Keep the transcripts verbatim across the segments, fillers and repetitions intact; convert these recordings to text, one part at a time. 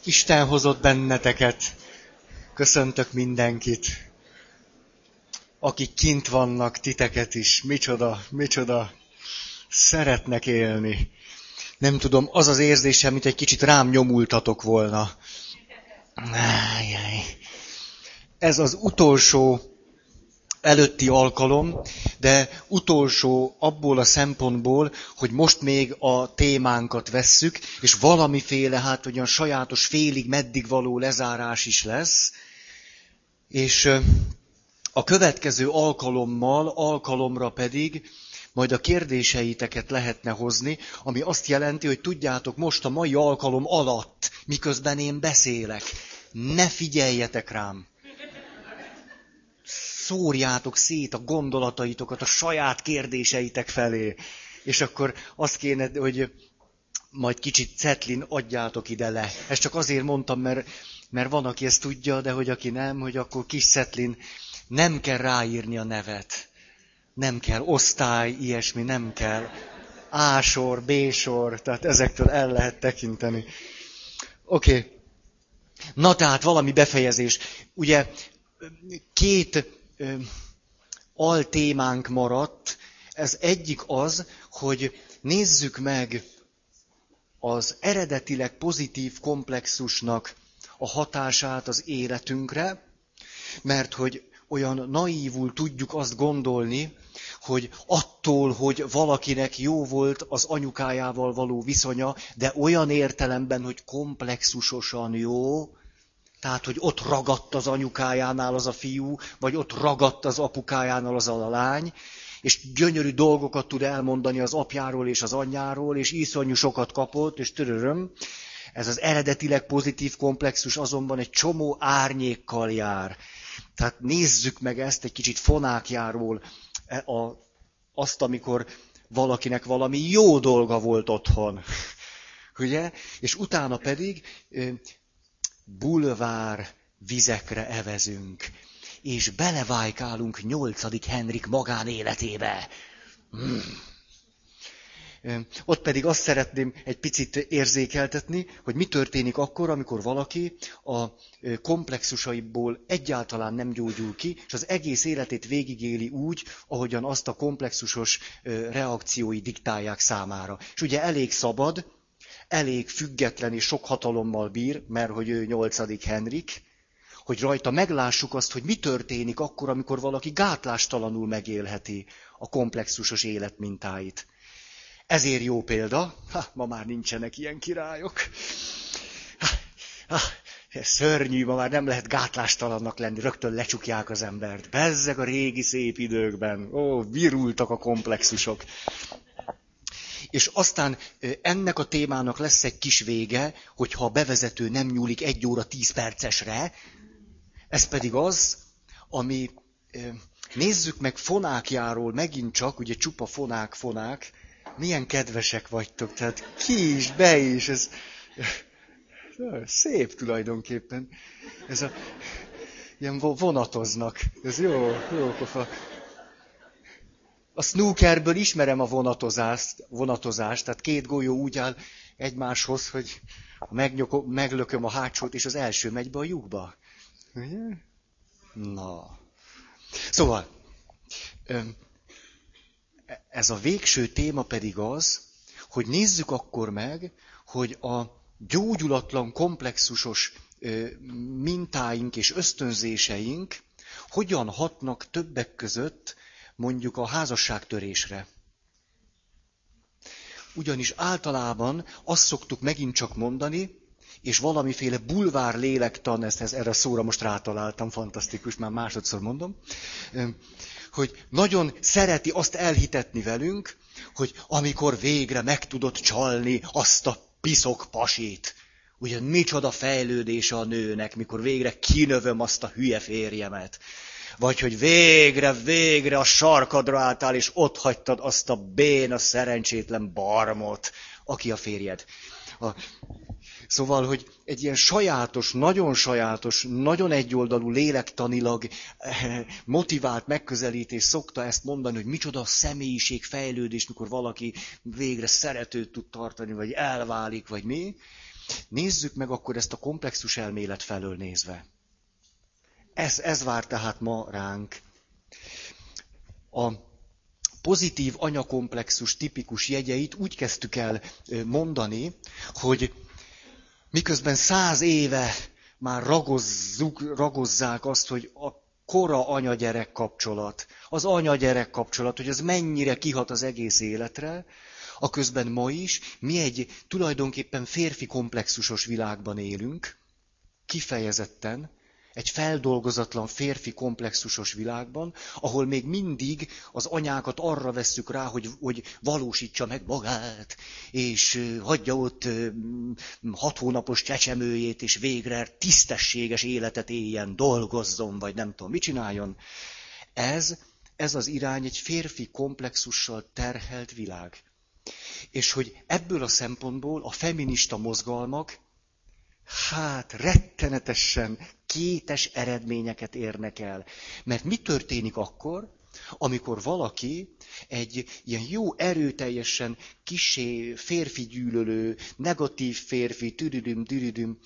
Isten hozott benneteket. Köszöntök mindenkit. Akik kint vannak, titeket is. Micsoda, micsoda. Szeretnek élni. Nem tudom, az az érzésem, mint egy kicsit rám nyomultatok volna. Ájjaj. Ez az utolsó előtti alkalom, de utolsó abból a szempontból, hogy most még a témánkat vesszük, és valamiféle, hát olyan sajátos félig meddig való lezárás is lesz. És a következő alkalommal, alkalomra pedig majd a kérdéseiteket lehetne hozni, ami azt jelenti, hogy tudjátok, most a mai alkalom alatt, miközben én beszélek, ne figyeljetek rám. Szórjátok szét a gondolataitokat a saját kérdéseitek felé. És akkor azt kéne, hogy majd kicsit cetlin adjátok ide le. Ezt csak azért mondtam, mert, mert van, aki ezt tudja, de hogy aki nem, hogy akkor kis cetlin, nem kell ráírni a nevet. Nem kell osztály, ilyesmi, nem kell. A-sor, B-sor, tehát ezektől el lehet tekinteni. Oké. Okay. Na tehát valami befejezés. Ugye két ö, altémánk maradt. Ez egyik az, hogy nézzük meg az eredetileg pozitív komplexusnak a hatását az életünkre, mert hogy olyan naívul tudjuk azt gondolni, hogy attól, hogy valakinek jó volt az anyukájával való viszonya, de olyan értelemben, hogy komplexusosan jó, tehát, hogy ott ragadt az anyukájánál az a fiú, vagy ott ragadt az apukájánál az a lány, és gyönyörű dolgokat tud elmondani az apjáról és az anyjáról, és iszonyú sokat kapott, és töröröm. Ez az eredetileg pozitív komplexus azonban egy csomó árnyékkal jár. Tehát nézzük meg ezt egy kicsit fonákjáról, a, azt, amikor valakinek valami jó dolga volt otthon. Ugye? És utána pedig bulvár vizekre evezünk, és belevájkálunk nyolcadik Henrik magánéletébe. Hmm. Ott pedig azt szeretném egy picit érzékeltetni, hogy mi történik akkor, amikor valaki a komplexusaiból egyáltalán nem gyógyul ki, és az egész életét végigéli úgy, ahogyan azt a komplexusos reakciói diktálják számára. És ugye elég szabad, elég független és sok hatalommal bír, mert hogy ő nyolcadik Henrik, hogy rajta meglássuk azt, hogy mi történik akkor, amikor valaki gátlástalanul megélheti a komplexusos életmintáit. Ezért jó példa, ha, ma már nincsenek ilyen királyok. Ha, ha, ez szörnyű, ma már nem lehet gátlástalannak lenni, rögtön lecsukják az embert. Bezzeg a régi szép időkben, ó, virultak a komplexusok. És aztán ennek a témának lesz egy kis vége, hogyha a bevezető nem nyúlik egy óra tíz percesre, ez pedig az, ami, nézzük meg fonákjáról megint csak, ugye csupa fonák, fonák, milyen kedvesek vagytok, tehát ki is, be is, ez szép tulajdonképpen. Ez a, ilyen vonatoznak, ez jó, jó pofa. A snookerből ismerem a vonatozást, vonatozást, tehát két golyó úgy áll egymáshoz, hogy megnyoko, meglököm a hátsót, és az első megy be a lyukba. Ugye? Na. Szóval, ez a végső téma pedig az, hogy nézzük akkor meg, hogy a gyógyulatlan komplexusos mintáink és ösztönzéseink hogyan hatnak többek között mondjuk a házasságtörésre. Ugyanis általában azt szoktuk megint csak mondani, és valamiféle bulvár lélektan, ezt, ezt erre a szóra most rátaláltam, fantasztikus, már másodszor mondom, hogy nagyon szereti azt elhitetni velünk, hogy amikor végre meg tudod csalni azt a piszok pasit, ugye micsoda fejlődése a nőnek, mikor végre kinövöm azt a hülye férjemet. Vagy hogy végre, végre a sarkadra álltál, és ott hagytad azt a béna, szerencsétlen barmot, aki a férjed. A... Szóval, hogy egy ilyen sajátos, nagyon sajátos, nagyon egyoldalú lélektanilag motivált megközelítés szokta ezt mondani, hogy micsoda a személyiségfejlődés, mikor valaki végre szeretőt tud tartani, vagy elválik, vagy mi. Nézzük meg akkor ezt a komplexus elmélet felől nézve. Ez, ez vár tehát ma ránk. A pozitív anyakomplexus tipikus jegyeit úgy kezdtük el mondani, hogy miközben száz éve már ragozzuk, ragozzák azt, hogy a kora anya-gyerek kapcsolat, az anya-gyerek kapcsolat, hogy ez mennyire kihat az egész életre, aközben ma is mi egy tulajdonképpen férfi komplexusos világban élünk, kifejezetten, egy feldolgozatlan férfi komplexusos világban, ahol még mindig az anyákat arra vesszük rá, hogy, hogy valósítsa meg magát, és hagyja ott hat hónapos csecsemőjét, és végre tisztességes életet éljen, dolgozzon, vagy nem tudom, mit csináljon. Ez, ez az irány egy férfi komplexussal terhelt világ. És hogy ebből a szempontból a feminista mozgalmak hát rettenetesen kétes eredményeket érnek el. Mert mi történik akkor, amikor valaki egy ilyen jó, erőteljesen kissé férfi gyűlölő, negatív férfi, tüdüdüm, tüdüdüm,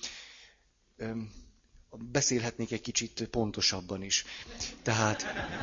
beszélhetnék egy kicsit pontosabban is. Tehát,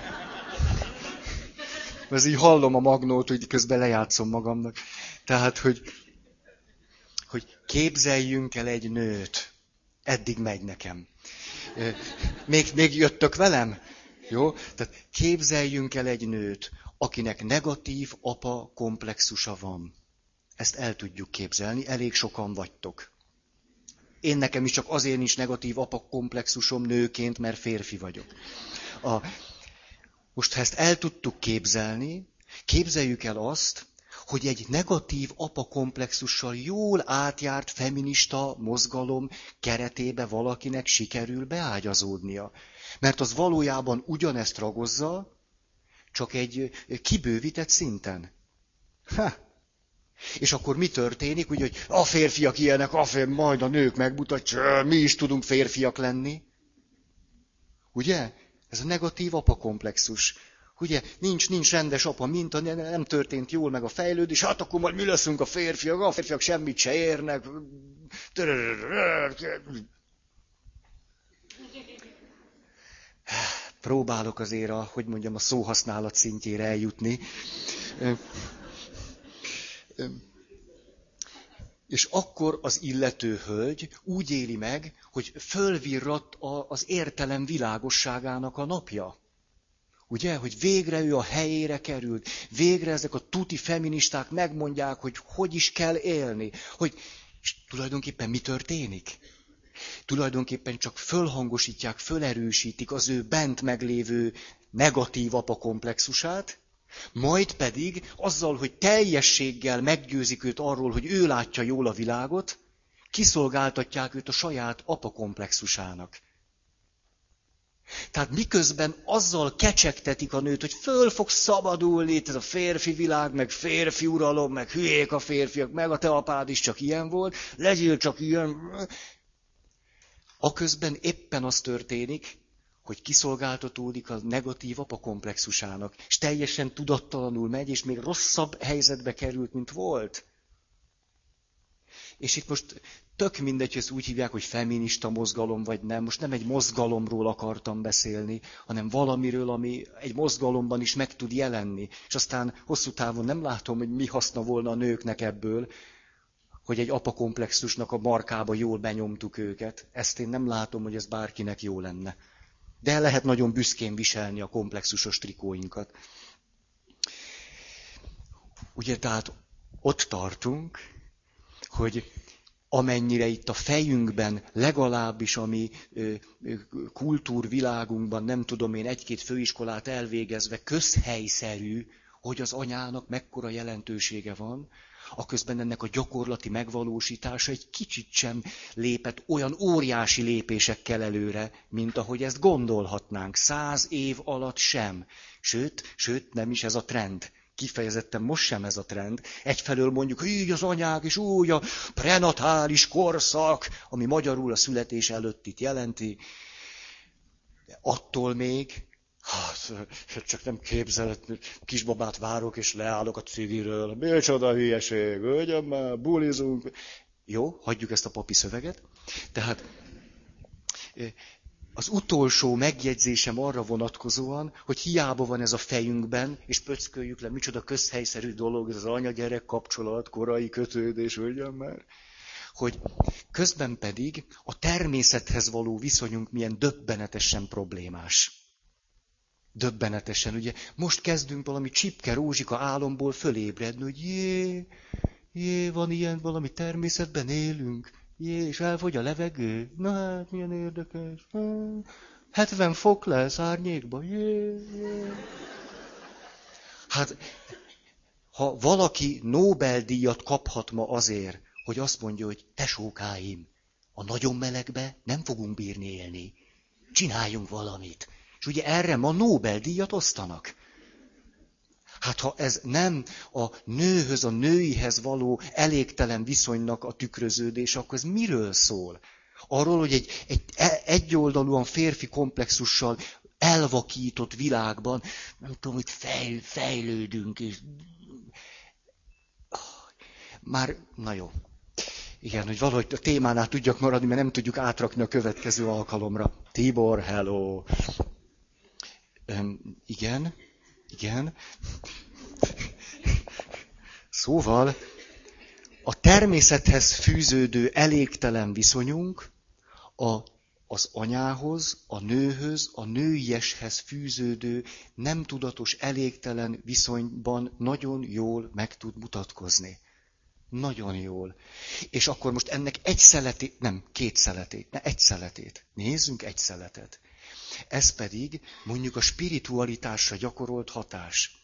ez így hallom a magnót, hogy közben lejátszom magamnak. Tehát, hogy hogy képzeljünk el egy nőt. Eddig megy nekem. Még, még jöttök velem? Jó? Tehát képzeljünk el egy nőt, akinek negatív apa komplexusa van. Ezt el tudjuk képzelni, elég sokan vagytok. Én nekem is csak azért nincs negatív apa komplexusom nőként, mert férfi vagyok. A, most ha ezt el tudtuk képzelni, képzeljük el azt, hogy egy negatív apakomplexussal jól átjárt feminista mozgalom keretébe valakinek sikerül beágyazódnia. Mert az valójában ugyanezt ragozza, csak egy kibővített szinten. Ha. És akkor mi történik? Úgy, hogy a férfiak ilyenek, a férfi, majd a nők megmutatja, mi is tudunk férfiak lenni. Ugye? Ez a negatív apakomplexus. Ugye, nincs, nincs rendes apa minta, nem történt jól meg a fejlődés, hát akkor majd mi leszünk a férfiak, a férfiak semmit se érnek. Próbálok azért a, hogy mondjam, a szóhasználat szintjére eljutni. És akkor az illető hölgy úgy éli meg, hogy fölvirradt az értelem világosságának a napja. Ugye, hogy végre ő a helyére került, végre ezek a tuti feministák megmondják, hogy hogy is kell élni. Hogy, és tulajdonképpen mi történik? Tulajdonképpen csak fölhangosítják, fölerősítik az ő bent meglévő negatív apakomplexusát, majd pedig azzal, hogy teljességgel meggyőzik őt arról, hogy ő látja jól a világot, kiszolgáltatják őt a saját apakomplexusának. Tehát miközben azzal kecsegtetik a nőt, hogy föl fog szabadulni, ez a férfi világ, meg férfi uralom, meg hülyék a férfiak, meg a te apád is csak ilyen volt, legyél csak ilyen. Aközben éppen az történik, hogy kiszolgáltatódik a negatív apakomplexusának, és teljesen tudattalanul megy, és még rosszabb helyzetbe került, mint volt. És itt most tök mindegy, hogy ezt úgy hívják, hogy feminista mozgalom, vagy nem. Most nem egy mozgalomról akartam beszélni, hanem valamiről, ami egy mozgalomban is meg tud jelenni. És aztán hosszú távon nem látom, hogy mi haszna volna a nőknek ebből, hogy egy apakomplexusnak a markába jól benyomtuk őket. Ezt én nem látom, hogy ez bárkinek jó lenne. De lehet nagyon büszkén viselni a komplexusos trikóinkat. Ugye, tehát ott tartunk, hogy amennyire itt a fejünkben, legalábbis a mi ö, ö, kultúrvilágunkban, nem tudom én, egy-két főiskolát elvégezve, közhelyszerű, hogy az anyának mekkora jelentősége van, aközben ennek a gyakorlati megvalósítása egy kicsit sem lépett olyan óriási lépésekkel előre, mint ahogy ezt gondolhatnánk. Száz év alatt sem. Sőt, sőt, nem is ez a trend. Kifejezetten most sem ez a trend. Egyfelől mondjuk, hogy így az anyák, és úgy a prenatális korszak, ami magyarul a születés előttit jelenti. De attól még, hát, csak nem képzeled, kisbabát várok, és leállok a cigiről. Micsoda hülyeség, hölgyem már, bulizunk. Jó, hagyjuk ezt a papi szöveget. Tehát az utolsó megjegyzésem arra vonatkozóan, hogy hiába van ez a fejünkben, és pöcköljük le, micsoda közhelyszerű dolog, ez az anya-gyerek kapcsolat, korai kötődés, ugyan már, hogy közben pedig a természethez való viszonyunk milyen döbbenetesen problémás. Döbbenetesen, ugye most kezdünk valami csipke rózsika álomból fölébredni, hogy jé, jé, van ilyen, valami természetben élünk, jé, és elfogy a levegő, na hát milyen érdekes, hetven fok lesz árnyékba, jé, jé. Hát, ha valaki Nobel-díjat kaphat ma azért, hogy azt mondja, hogy tesókáim, a nagyon melegbe nem fogunk bírni élni, csináljunk valamit. És ugye erre ma Nobel-díjat osztanak. Hát ha ez nem a nőhöz, a nőihez való elégtelen viszonynak a tükröződés, akkor ez miről szól? Arról, hogy egy, egy egyoldalúan férfi komplexussal elvakított világban, nem tudom, hogy fejl, fejlődünk, és már, na jó. Igen, hogy valahogy a témánál tudjak maradni, mert nem tudjuk átrakni a következő alkalomra. Tibor, hello! Öm, igen, igen. Szóval a természethez fűződő elégtelen viszonyunk a, az anyához, a nőhöz, a nőieshez fűződő nem tudatos elégtelen viszonyban nagyon jól meg tud mutatkozni. Nagyon jól. És akkor most ennek egy szeletét, nem, két szeletét, ne, egy szeletét. Nézzünk egy szeletet. Ez pedig mondjuk a spiritualitásra gyakorolt hatás.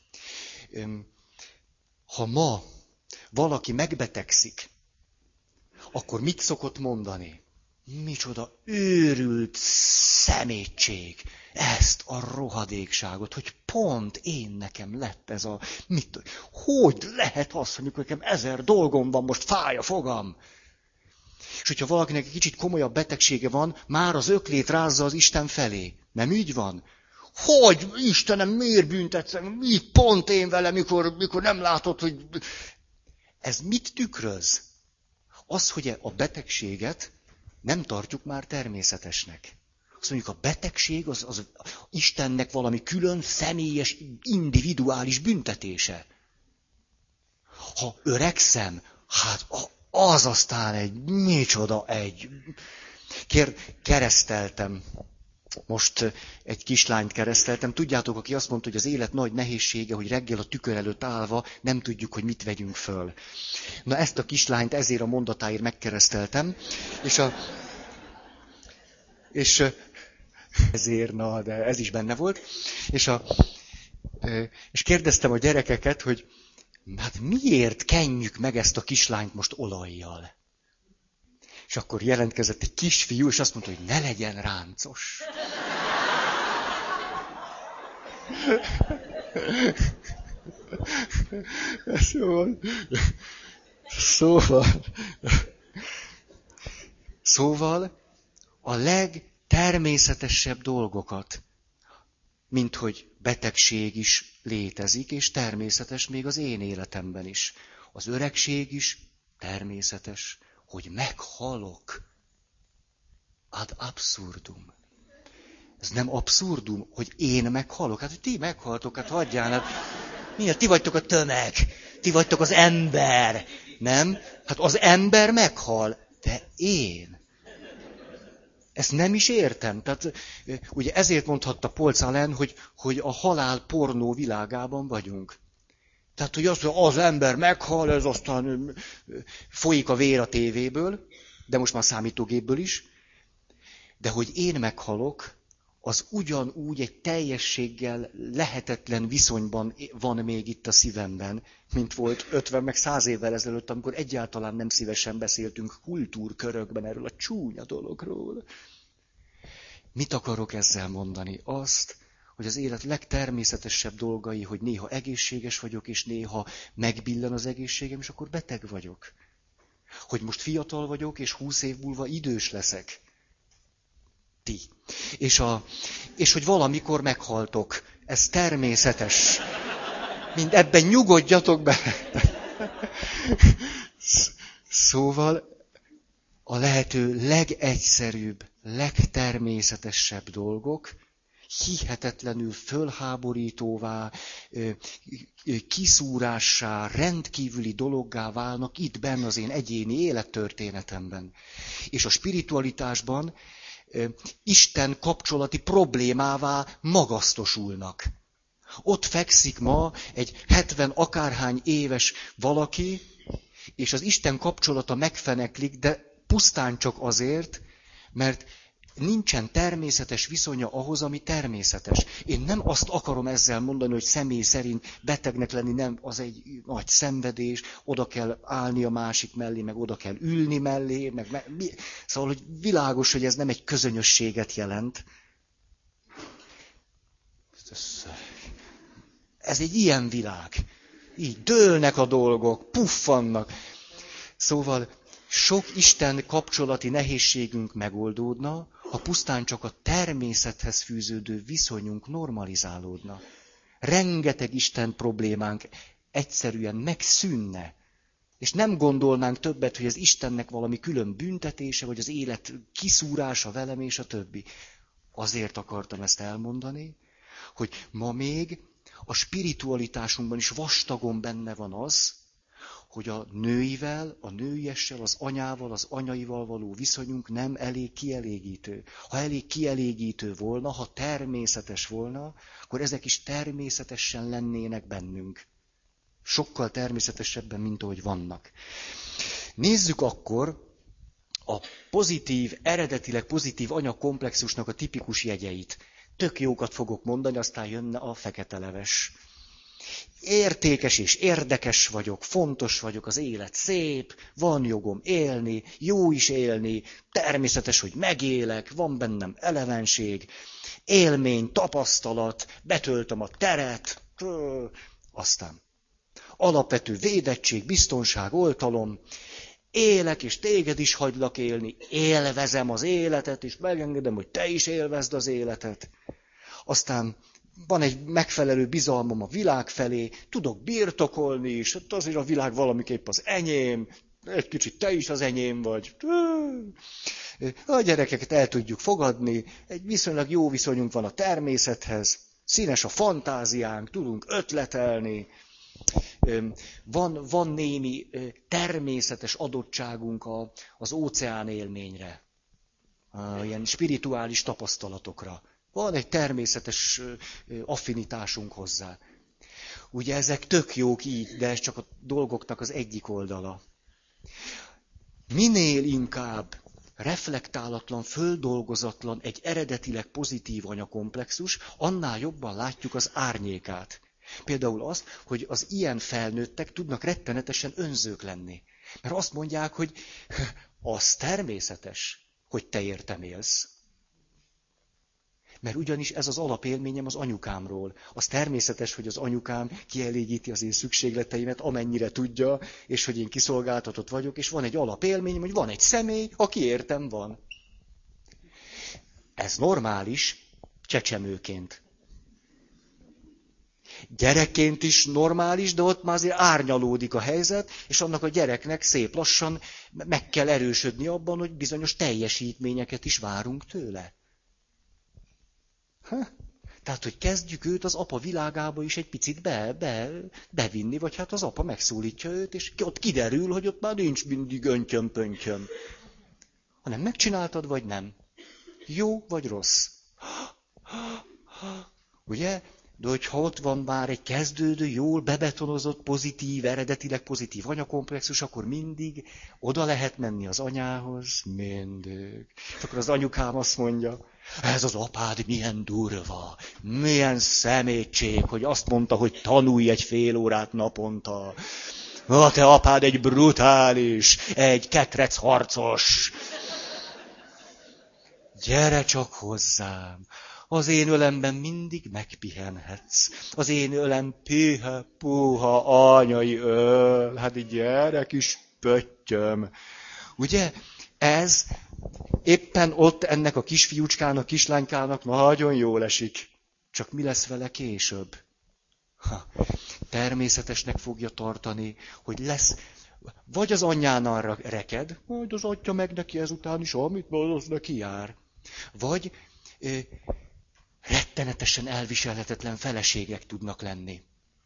Ha ma valaki megbetegszik, akkor mit szokott mondani? Micsoda őrült szemétség, ezt a rohadékságot, hogy pont én nekem lett ez a... Mit, hogy lehet az, hogy nekem ezer dolgom van, most fáj a fogam? És hogyha valakinek egy kicsit komolyabb betegsége van, már az öklét rázza az Isten felé. Nem így van? Hogy, Istenem, miért büntetsz? Mi pont én vele, mikor, mikor nem látod, hogy... Ez mit tükröz? Az, hogy a betegséget nem tartjuk már természetesnek. Azt mondjuk, a betegség az, az Istennek valami külön, személyes, individuális büntetése. Ha öregszem, hát az aztán egy, micsoda egy... Kér, kereszteltem. Most egy kislányt kereszteltem. Tudjátok, aki azt mondta, hogy az élet nagy nehézsége, hogy reggel a tükör előtt állva nem tudjuk, hogy mit vegyünk föl. Na ezt a kislányt ezért a mondatáért megkereszteltem, és a... És ezért, na, de ez is benne volt. És, a, és kérdeztem a gyerekeket, hogy hát miért kenjük meg ezt a kislányt most olajjal? És akkor jelentkezett egy kisfiú, és azt mondta, hogy ne legyen ráncos. Szóval, szóval, szóval a legtermészetesebb dolgokat, mint hogy betegség is létezik, és természetes még az én életemben is. Az öregség is természetes, hogy meghalok. Ad absurdum. Ez nem abszurdum, hogy én meghalok. Hát, hogy ti meghaltok, hát hagyjál. Hát, miért? Ti vagytok a tömeg. Ti vagytok az ember. Nem? Hát az ember meghal. De én. Ezt nem is értem. Tehát, ugye ezért mondhatta Paul Celan, hogy, hogy a halál pornó világában vagyunk. Tehát, hogy az, hogy az ember meghal, ez aztán folyik a vér a tévéből, de most már számítógépből is. De hogy én meghalok, az ugyanúgy egy teljességgel lehetetlen viszonyban van még itt a szívemben, mint volt ötven meg száz évvel ezelőtt, amikor egyáltalán nem szívesen beszéltünk kultúrkörökben erről a csúnya dologról. Mit akarok ezzel mondani? Azt, hogy az élet legtermészetesebb dolgai, hogy néha egészséges vagyok, és néha megbillen az egészségem, és akkor beteg vagyok. Hogy most fiatal vagyok, és húsz év múlva idős leszek. Ti. És, a, és hogy valamikor meghaltok. Ez természetes. Mind ebben nyugodjatok be. Szóval a lehető legegyszerűbb, legtermészetesebb dolgok hihetetlenül fölháborítóvá, kiszúrássá, rendkívüli dologgá válnak itt benne az én egyéni élettörténetemben. És a spiritualitásban Isten kapcsolati problémává magasztosulnak. Ott fekszik ma egy hetven akárhány éves valaki, és az Isten kapcsolata megfeneklik, de pusztán csak azért, mert nincsen természetes viszonya ahhoz, ami természetes. Én nem azt akarom ezzel mondani, hogy személy szerint betegnek lenni, nem, az egy nagy szenvedés, oda kell állni a másik mellé, meg oda kell ülni mellé, meg, meg mi? Szóval, hogy világos, hogy ez nem egy közönösséget jelent. Ez egy ilyen világ. Így dőlnek a dolgok, puffannak. Szóval sok Isten kapcsolati nehézségünk megoldódna, ha pusztán csak a természethez fűződő viszonyunk normalizálódna. Rengeteg Isten problémánk egyszerűen megszűnne. És nem gondolnánk többet, hogy az Istennek valami külön büntetése, vagy az élet kiszúrása velem, és a többi. Azért akartam ezt elmondani, hogy ma még a spiritualitásunkban is vastagon benne van az, hogy a nőivel, a nőiessel, az anyával, az anyaival való viszonyunk nem elég kielégítő. Ha elég kielégítő volna, ha természetes volna, akkor ezek is természetesen lennének bennünk. Sokkal természetesebben, mint ahogy vannak. Nézzük akkor a pozitív, eredetileg pozitív anyakomplexusnak a tipikus jegyeit. Tök jókat fogok mondani, aztán jönne a fekete leves. Értékes és érdekes vagyok, fontos vagyok, az élet szép, van jogom élni, jó is élni, természetes, hogy megélek, van bennem elevenség, élmény, tapasztalat, betöltöm a teret, aztán alapvető védettség, biztonság, oltalom, élek és téged is hagylak élni, élvezem az életet, és megengedem, hogy te is élvezd az életet. Aztán van egy megfelelő bizalmam a világ felé, tudok birtokolni is, azért a világ valamiképp az enyém, egy kicsit te is az enyém vagy. A gyerekeket el tudjuk fogadni, egy viszonylag jó viszonyunk van a természethez, színes a fantáziánk, tudunk ötletelni, van, van némi természetes adottságunk az óceán élményre, ilyen spirituális tapasztalatokra. Van egy természetes affinitásunk hozzá. Ugye ezek tök jók így, de ez csak a dolgoknak az egyik oldala. Minél inkább reflektálatlan, földolgozatlan egy eredetileg pozitív anyakomplexus, annál jobban látjuk az árnyékát. Például azt, hogy az ilyen felnőttek tudnak rettenetesen önzők lenni. Mert azt mondják, hogy az természetes, hogy te értem élsz. Mert ugyanis ez az alapélményem az anyukámról. Az természetes, hogy az anyukám kielégíti az én szükségleteimet, amennyire tudja, és hogy én kiszolgáltatott vagyok, és van egy alapélményem, hogy van egy személy, aki értem van. Ez normális, csecsemőként. Gyerekként is normális, de ott már azért árnyalódik a helyzet, és annak a gyereknek szép lassan meg kell erősödni abban, hogy bizonyos teljesítményeket is várunk tőle. Ha? Tehát, hogy kezdjük őt az apa világába is egy picit be, be, bevinni, vagy hát az apa megszólítja őt, és ott kiderül, hogy ott már nincs mindig öntyöm-pöntyöm. Hanem megcsináltad, vagy nem. Jó, vagy rossz. Ugye? De hogyha ott van már egy kezdődő, jól bebetonozott, pozitív, eredetileg pozitív anyakomplexus, akkor mindig oda lehet menni az anyához, mindig. És akkor az anyukám azt mondja, ez az apád milyen durva, milyen szemétség, hogy azt mondta, hogy tanulj egy fél órát naponta. A te apád egy brutális, egy ketrec harcos. Gyere csak hozzám. Az én ölemben mindig megpihenhetsz. Az én ölem pihe, puha, anyai öl. Hát így gyere kis pöttyöm. Ugye? Ez éppen ott ennek a kisfiúcskának, kislánykának nagyon jól esik. Csak mi lesz vele később? Ha, természetesnek fogja tartani, hogy lesz Vagy az anyjánál reked, majd az adja meg neki ezután is, amit az neki jár. Vagy ö, rettenetesen elviselhetetlen feleségek tudnak lenni.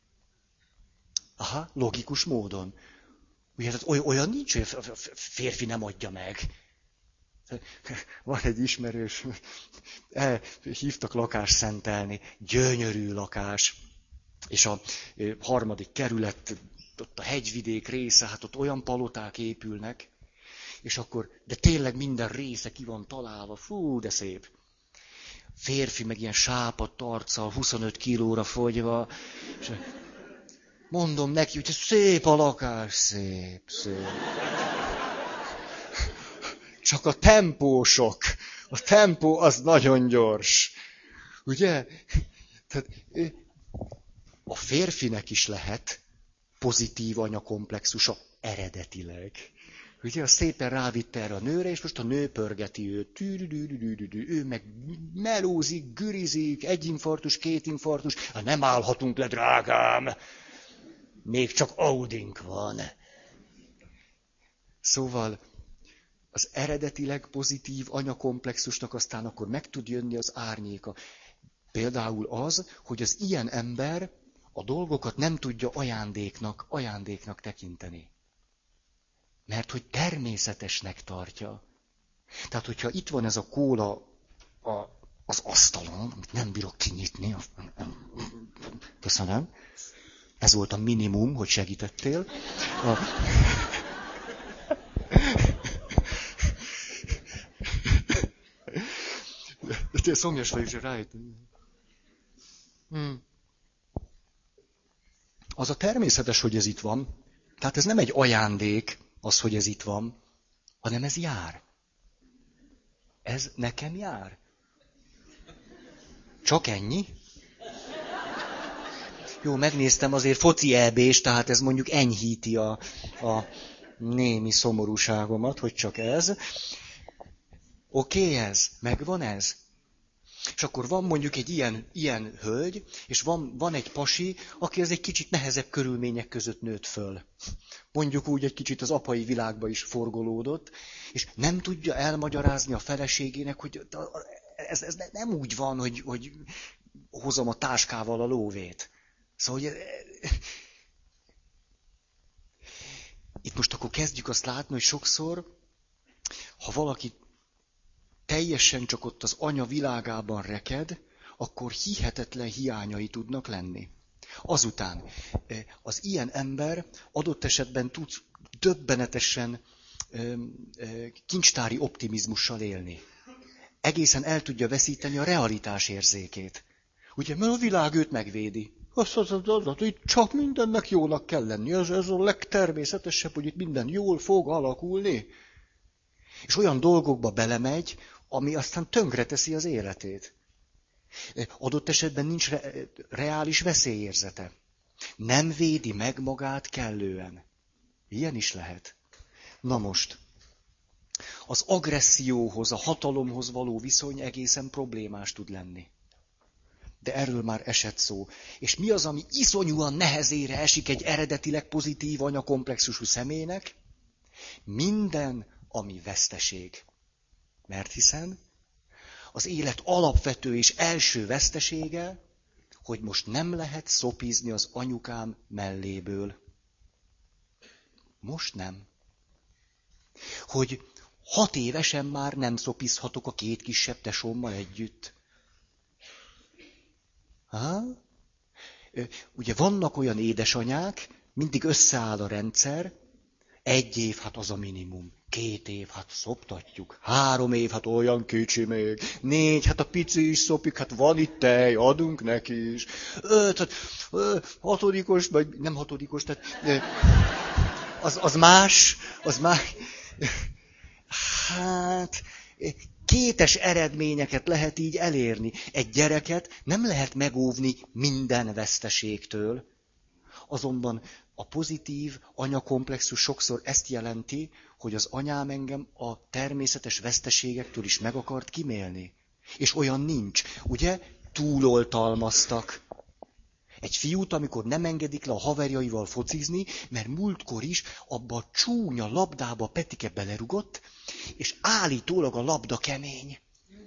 Aha, logikus módon. Ugye, olyan nincs, hogy a férfi nem adja meg. Van egy ismerős, el, hívtak lakást szentelni, gyönyörű lakás, és a harmadik kerület, ott a hegyvidék része, hát ott olyan paloták épülnek, és akkor, de tényleg minden része ki van találva, fú, de szép. Férfi meg ilyen sápadt arccal, huszonöt kilóra fogyva, és mondom neki, hogy szép a lakás, szép, szép. Csak a tempó sok. A tempó az nagyon gyors. Ugye? Tehát a férfinek is lehet pozitív anyakomplexusa eredetileg. Ugye, az szépen rávitte erre a nőre, és most a nő pörgeti őt. Ő meg melózik, gürizik, egy infarktus, két infarktus. Hát nem állhatunk le, drágám. Még csak Audink van. Szóval az eredetileg pozitív anyakomplexusnak aztán akkor meg tud jönni az árnyéka. Például az, hogy az ilyen ember a dolgokat nem tudja ajándéknak, ajándéknak tekinteni. Mert hogy természetesnek tartja. Tehát, hogyha itt van ez a kóla a, az asztalon, amit nem bírok kinyitni, köszönöm, ez volt a minimum, hogy segítettél. A... Te szomjas vagy, és rájött. Hmm. Az a természetes, hogy ez itt van. Tehát ez nem egy ajándék, az, hogy ez itt van, hanem ez jár. Ez nekem jár. Csak ennyi? Jó, megnéztem, azért foci é bé-s, tehát ez mondjuk enyhíti a, a némi szomorúságomat, hogy csak ez. Oké okay, ez? Megvan ez? És akkor van mondjuk egy ilyen, ilyen hölgy, és van, van egy pasi, aki az egy kicsit nehezebb körülmények között nőtt föl. Mondjuk úgy egy kicsit az apai világba is forgolódott, és nem tudja elmagyarázni a feleségének, hogy ez, ez nem úgy van, hogy, hogy hozom a táskával a lóvét. Szóval, hogy itt most akkor kezdjük azt látni, hogy sokszor, ha valaki teljesen csak ott az anya világában reked, akkor hihetetlen hiányai tudnak lenni. Azután az ilyen ember adott esetben tud döbbenetesen kincstári optimizmussal élni. Egészen el tudja veszíteni a realitás érzékét. Ugye, mert a világ őt megvédi. Az, az, az, az, az, itt csak mindennek jónak kell lenni. Ez, ez a legtermészetesebb, hogy itt minden jól fog alakulni. És olyan dolgokba belemegy, ami aztán tönkreteszi az életét. Adott esetben nincs re- reális veszélyérzete. Nem védi meg magát kellően. Ilyen is lehet. Na most, az agresszióhoz, a hatalomhoz való viszony egészen problémás tud lenni. De erről már esett szó. És mi az, ami iszonyúan nehezére esik egy eredetileg pozitív anyakomplexusú személynek? Minden, ami veszteség. Mert hiszen az élet alapvető és első vesztesége, hogy most nem lehet szopizni az anyukám melléből. Most nem. Hogy hat évesen már nem szopizhatok a két kisebb tesómmal együtt. Ha? Ugye vannak olyan édesanyák, mindig összeáll a rendszer, egy év, hát az a minimum. Két év, hát szoptatjuk. Három év, hát olyan kicsi még. Négy, hát a pici is szopik, hát van itt tej, adunk neki is. Öt, hát ö, hatodikos, vagy nem hatodikos, tehát ö, az, az más, az más. Hát, kétes eredményeket lehet így elérni. Egy gyereket nem lehet megóvni minden veszteségtől, azonban a pozitív anyakomplexus sokszor ezt jelenti, hogy az anyám engem a természetes veszteségektől is meg akart kimélni. És olyan nincs. Ugye? Túloltalmaztak. Egy fiút, amikor nem engedik le a haverjaival focizni, mert múltkor is abba a csúnya labdába Petike belerugott, és állítólag a labda kemény.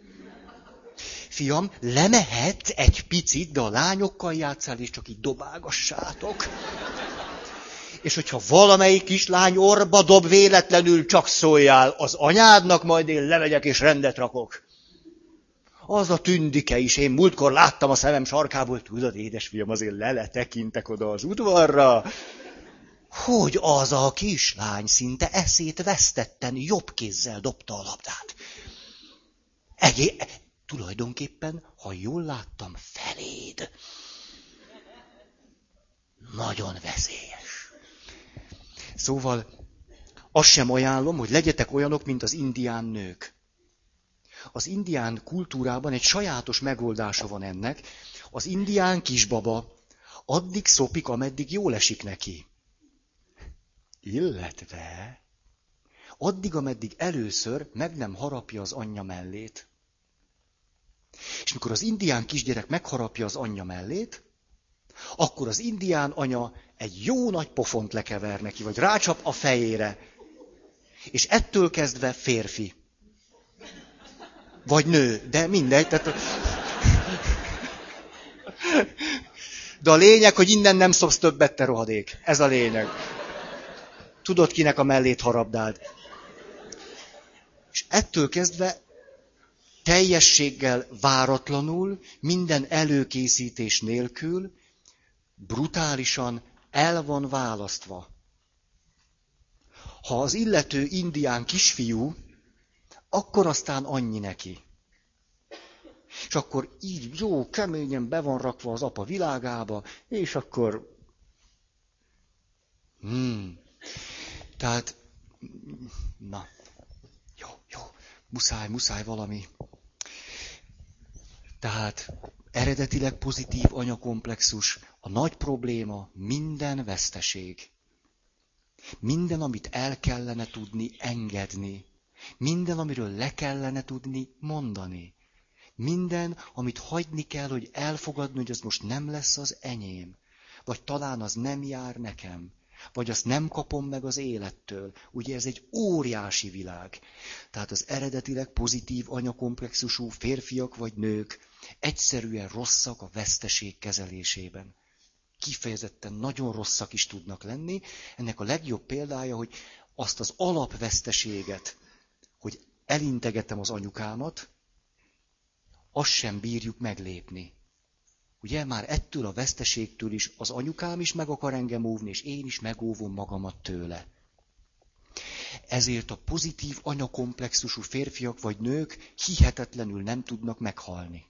Fiam, lemehetsz egy picit, de a lányokkal játszál, és csak így dobálgassátok. És hogyha valamelyik kislány orba dob véletlenül, csak szóljál az anyádnak, majd én lemegyek és rendet rakok. Az a Tündike is, én múltkor láttam a szemem sarkából, tudod, édesfiam, azért leletekintek oda az udvarra, hogy az a kislány szinte eszét vesztetten jobb kézzel dobta a labdát. Egé... Tulajdonképpen, ha jól láttam, feléd. Nagyon veszélyes. Szóval azt sem ajánlom, hogy legyetek olyanok, mint az indián nők. Az indián kultúrában egy sajátos megoldása van ennek. Az indián kisbaba addig szopik, ameddig jól esik neki. Illetve addig, ameddig először meg nem harapja az anyja mellét. És mikor az indián kisgyerek megharapja az anyja mellét, akkor az indián anya egy jó nagy pofont lekever neki, vagy rácsap a fejére. És ettől kezdve férfi. Vagy nő, de mindegy. Tehát... De a lényeg, hogy innen nem szopsz többet, te rohadék. Ez a lényeg. Tudod, kinek a mellét harapdáld. És ettől kezdve teljességgel, váratlanul, minden előkészítés nélkül, brutálisan el van választva. Ha az illető indián kisfiú, akkor aztán annyi neki. És akkor így jó, keményen be van rakva az apa világába, és akkor... Hmm. Tehát... Na, jó, jó, muszáj, muszáj valami. Tehát eredetileg pozitív anyakomplexus, a nagy probléma minden veszteség. Minden, amit el kellene tudni engedni. Minden, amiről le kellene tudni mondani. Minden, amit hagyni kell, hogy elfogadni, hogy az most nem lesz az enyém. Vagy talán az nem jár nekem. Vagy azt nem kapom meg az élettől. Ugye ez egy óriási világ. Tehát az eredetileg pozitív anyakomplexusú férfiak vagy nők egyszerűen rosszak a veszteség kezelésében. Kifejezetten nagyon rosszak is tudnak lenni. Ennek a legjobb példája, hogy azt az alapveszteséget, hogy elintegetem az anyukámat, azt sem bírjuk meglépni. Ugye már ettől a veszteségtől is az anyukám is meg akar engem óvni, és én is megóvom magamat tőle. Ezért a pozitív anyakomplexusú férfiak vagy nők hihetetlenül nem tudnak meghalni.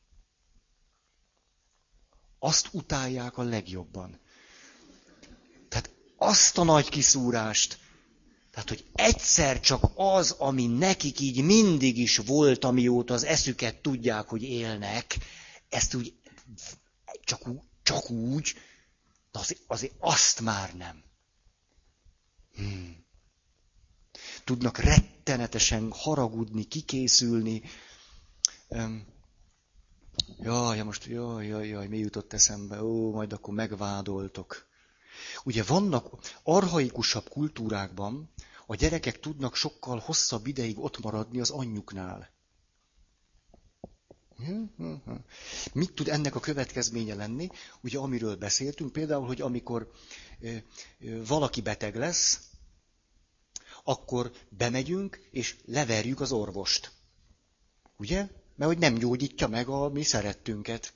Azt utálják a legjobban. Tehát azt a nagy kiszúrást, tehát, hogy egyszer csak az, ami nekik így mindig is volt, amióta az eszüket tudják, hogy élnek, ezt úgy, csak úgy, csak úgy de azért, azért azt már nem. Hmm. Tudnak rettenetesen haragudni, kikészülni. Um, jaj, most jaj, jaj, jaj, mi jutott eszembe? Ó, majd akkor megvádoltok. Ugye vannak archaikusabb kultúrákban, a gyerekek tudnak sokkal hosszabb ideig ott maradni az anyjuknál. Mit tud ennek a következménye lenni? Ugye amiről beszéltünk, például, hogy amikor valaki beteg lesz, akkor bemegyünk és leverjük az orvost. Ugye? Mert hogy nem gyógyítja meg a mi szerettünket.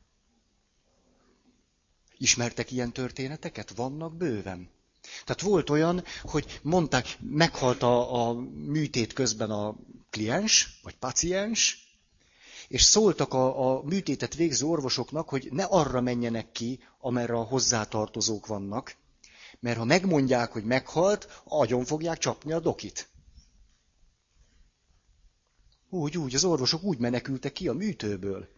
Ismertek ilyen történeteket? Vannak bőven. Tehát volt olyan, hogy mondták, meghalt a, a műtét közben a kliens, vagy paciens, és szóltak a, a műtétet végző orvosoknak, hogy ne arra menjenek ki, amerre a hozzátartozók vannak, mert ha megmondják, hogy meghalt, agyon fogják csapni a dokit. Úgy, úgy, az orvosok úgy menekültek ki a műtőből.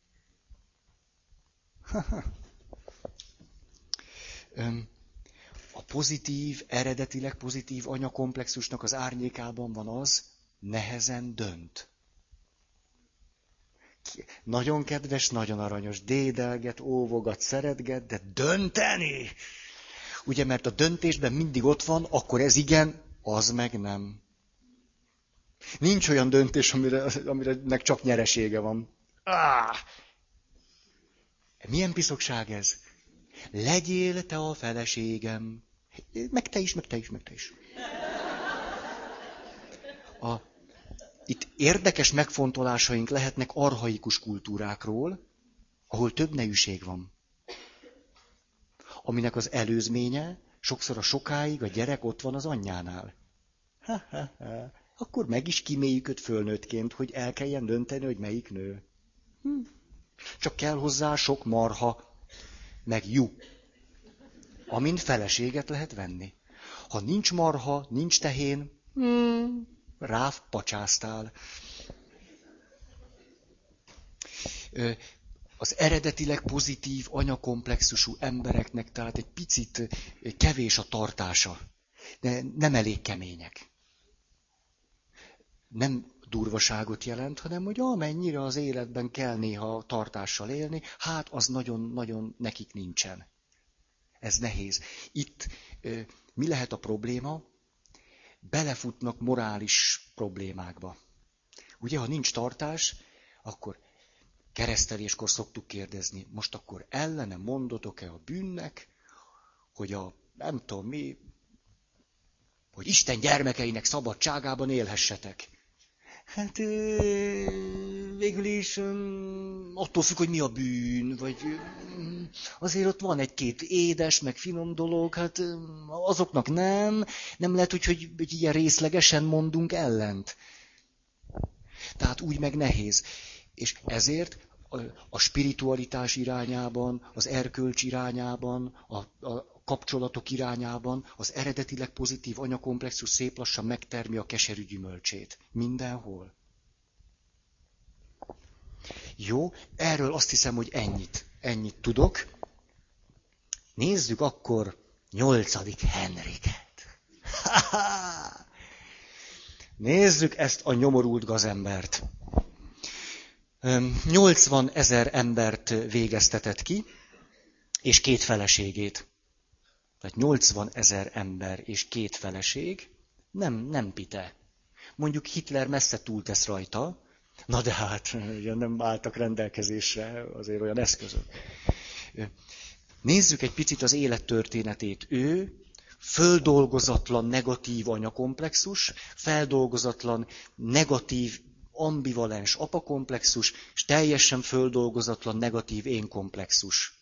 A pozitív, eredetileg pozitív anyakomplexusnak az árnyékában van az, nehezen dönt. Nagyon kedves, nagyon aranyos, dédelget, óvogat, szeretget, de dönteni! Ugye, mert a döntésben mindig ott van, akkor ez igen, az meg nem. Nincs olyan döntés, amire, amire nek csak nyeresége van. Ah! Milyen piszokság ez? Legyél te a feleségem. Meg te is, meg te is, meg te is. A, itt érdekes megfontolásaink lehetnek archaikus kultúrákról, ahol több nejűség van. Aminek az előzménye, sokszor a sokáig a gyerek ott van az anyjánál. Ha, ha, ha. Akkor meg is kiméljük őt fölnőttként, hogy el kelljen dönteni, hogy melyik nő. Hm. Csak kell hozzá sok marha, meg jú, amin feleséget lehet venni. Ha nincs marha, nincs tehén, hmm, ráv pacsáztál. Az eredetileg pozitív, anyakomplexusú embereknek tehát egy picit kevés a tartása. De nem elég kemények. Nem durvaságot jelent, hanem hogy amennyire az életben kell néha tartással élni, hát az nagyon-nagyon nekik nincsen. Ez nehéz. Itt mi lehet a probléma? Belefutnak morális problémákba. Ugye, ha nincs tartás, akkor kereszteléskor szoktuk kérdezni, most akkor ellene mondotok-e a bűnnek, hogy a, nem tudom mi, hogy Isten gyermekeinek szabadságában élhessetek. Hát végül is attól függ, hogy mi a bűn, vagy azért ott van egy-két édes, meg finom dolog, hát azoknak nem, nem lehet úgy, hogy, hogy ilyen részlegesen mondunk ellent. Tehát úgy meg nehéz. És ezért a, a spiritualitás irányában, az erkölcs irányában, a, a kapcsolatok irányában az eredetileg pozitív anyakomplexus szép lassan megtermi a keserű gyümölcsét. Mindenhol. Jó, erről azt hiszem, hogy ennyit, ennyit tudok. Nézzük akkor nyolcadik Henriket. Nézzük ezt a nyomorult gazembert. nyolcvan ezer embert végeztetett ki, és két feleségét. Tehát nyolcvan ezer ember és két feleség, nem, nem pite. Mondjuk Hitler messze túltesz rajta, na de hát ugye nem álltak rendelkezésre azért olyan eszközök. Nézzük egy picit az élettörténetét. Ő földolgozatlan negatív anyakomplexus, feldolgozatlan negatív ambivalens apakomplexus, és teljesen földolgozatlan negatív énkomplexus.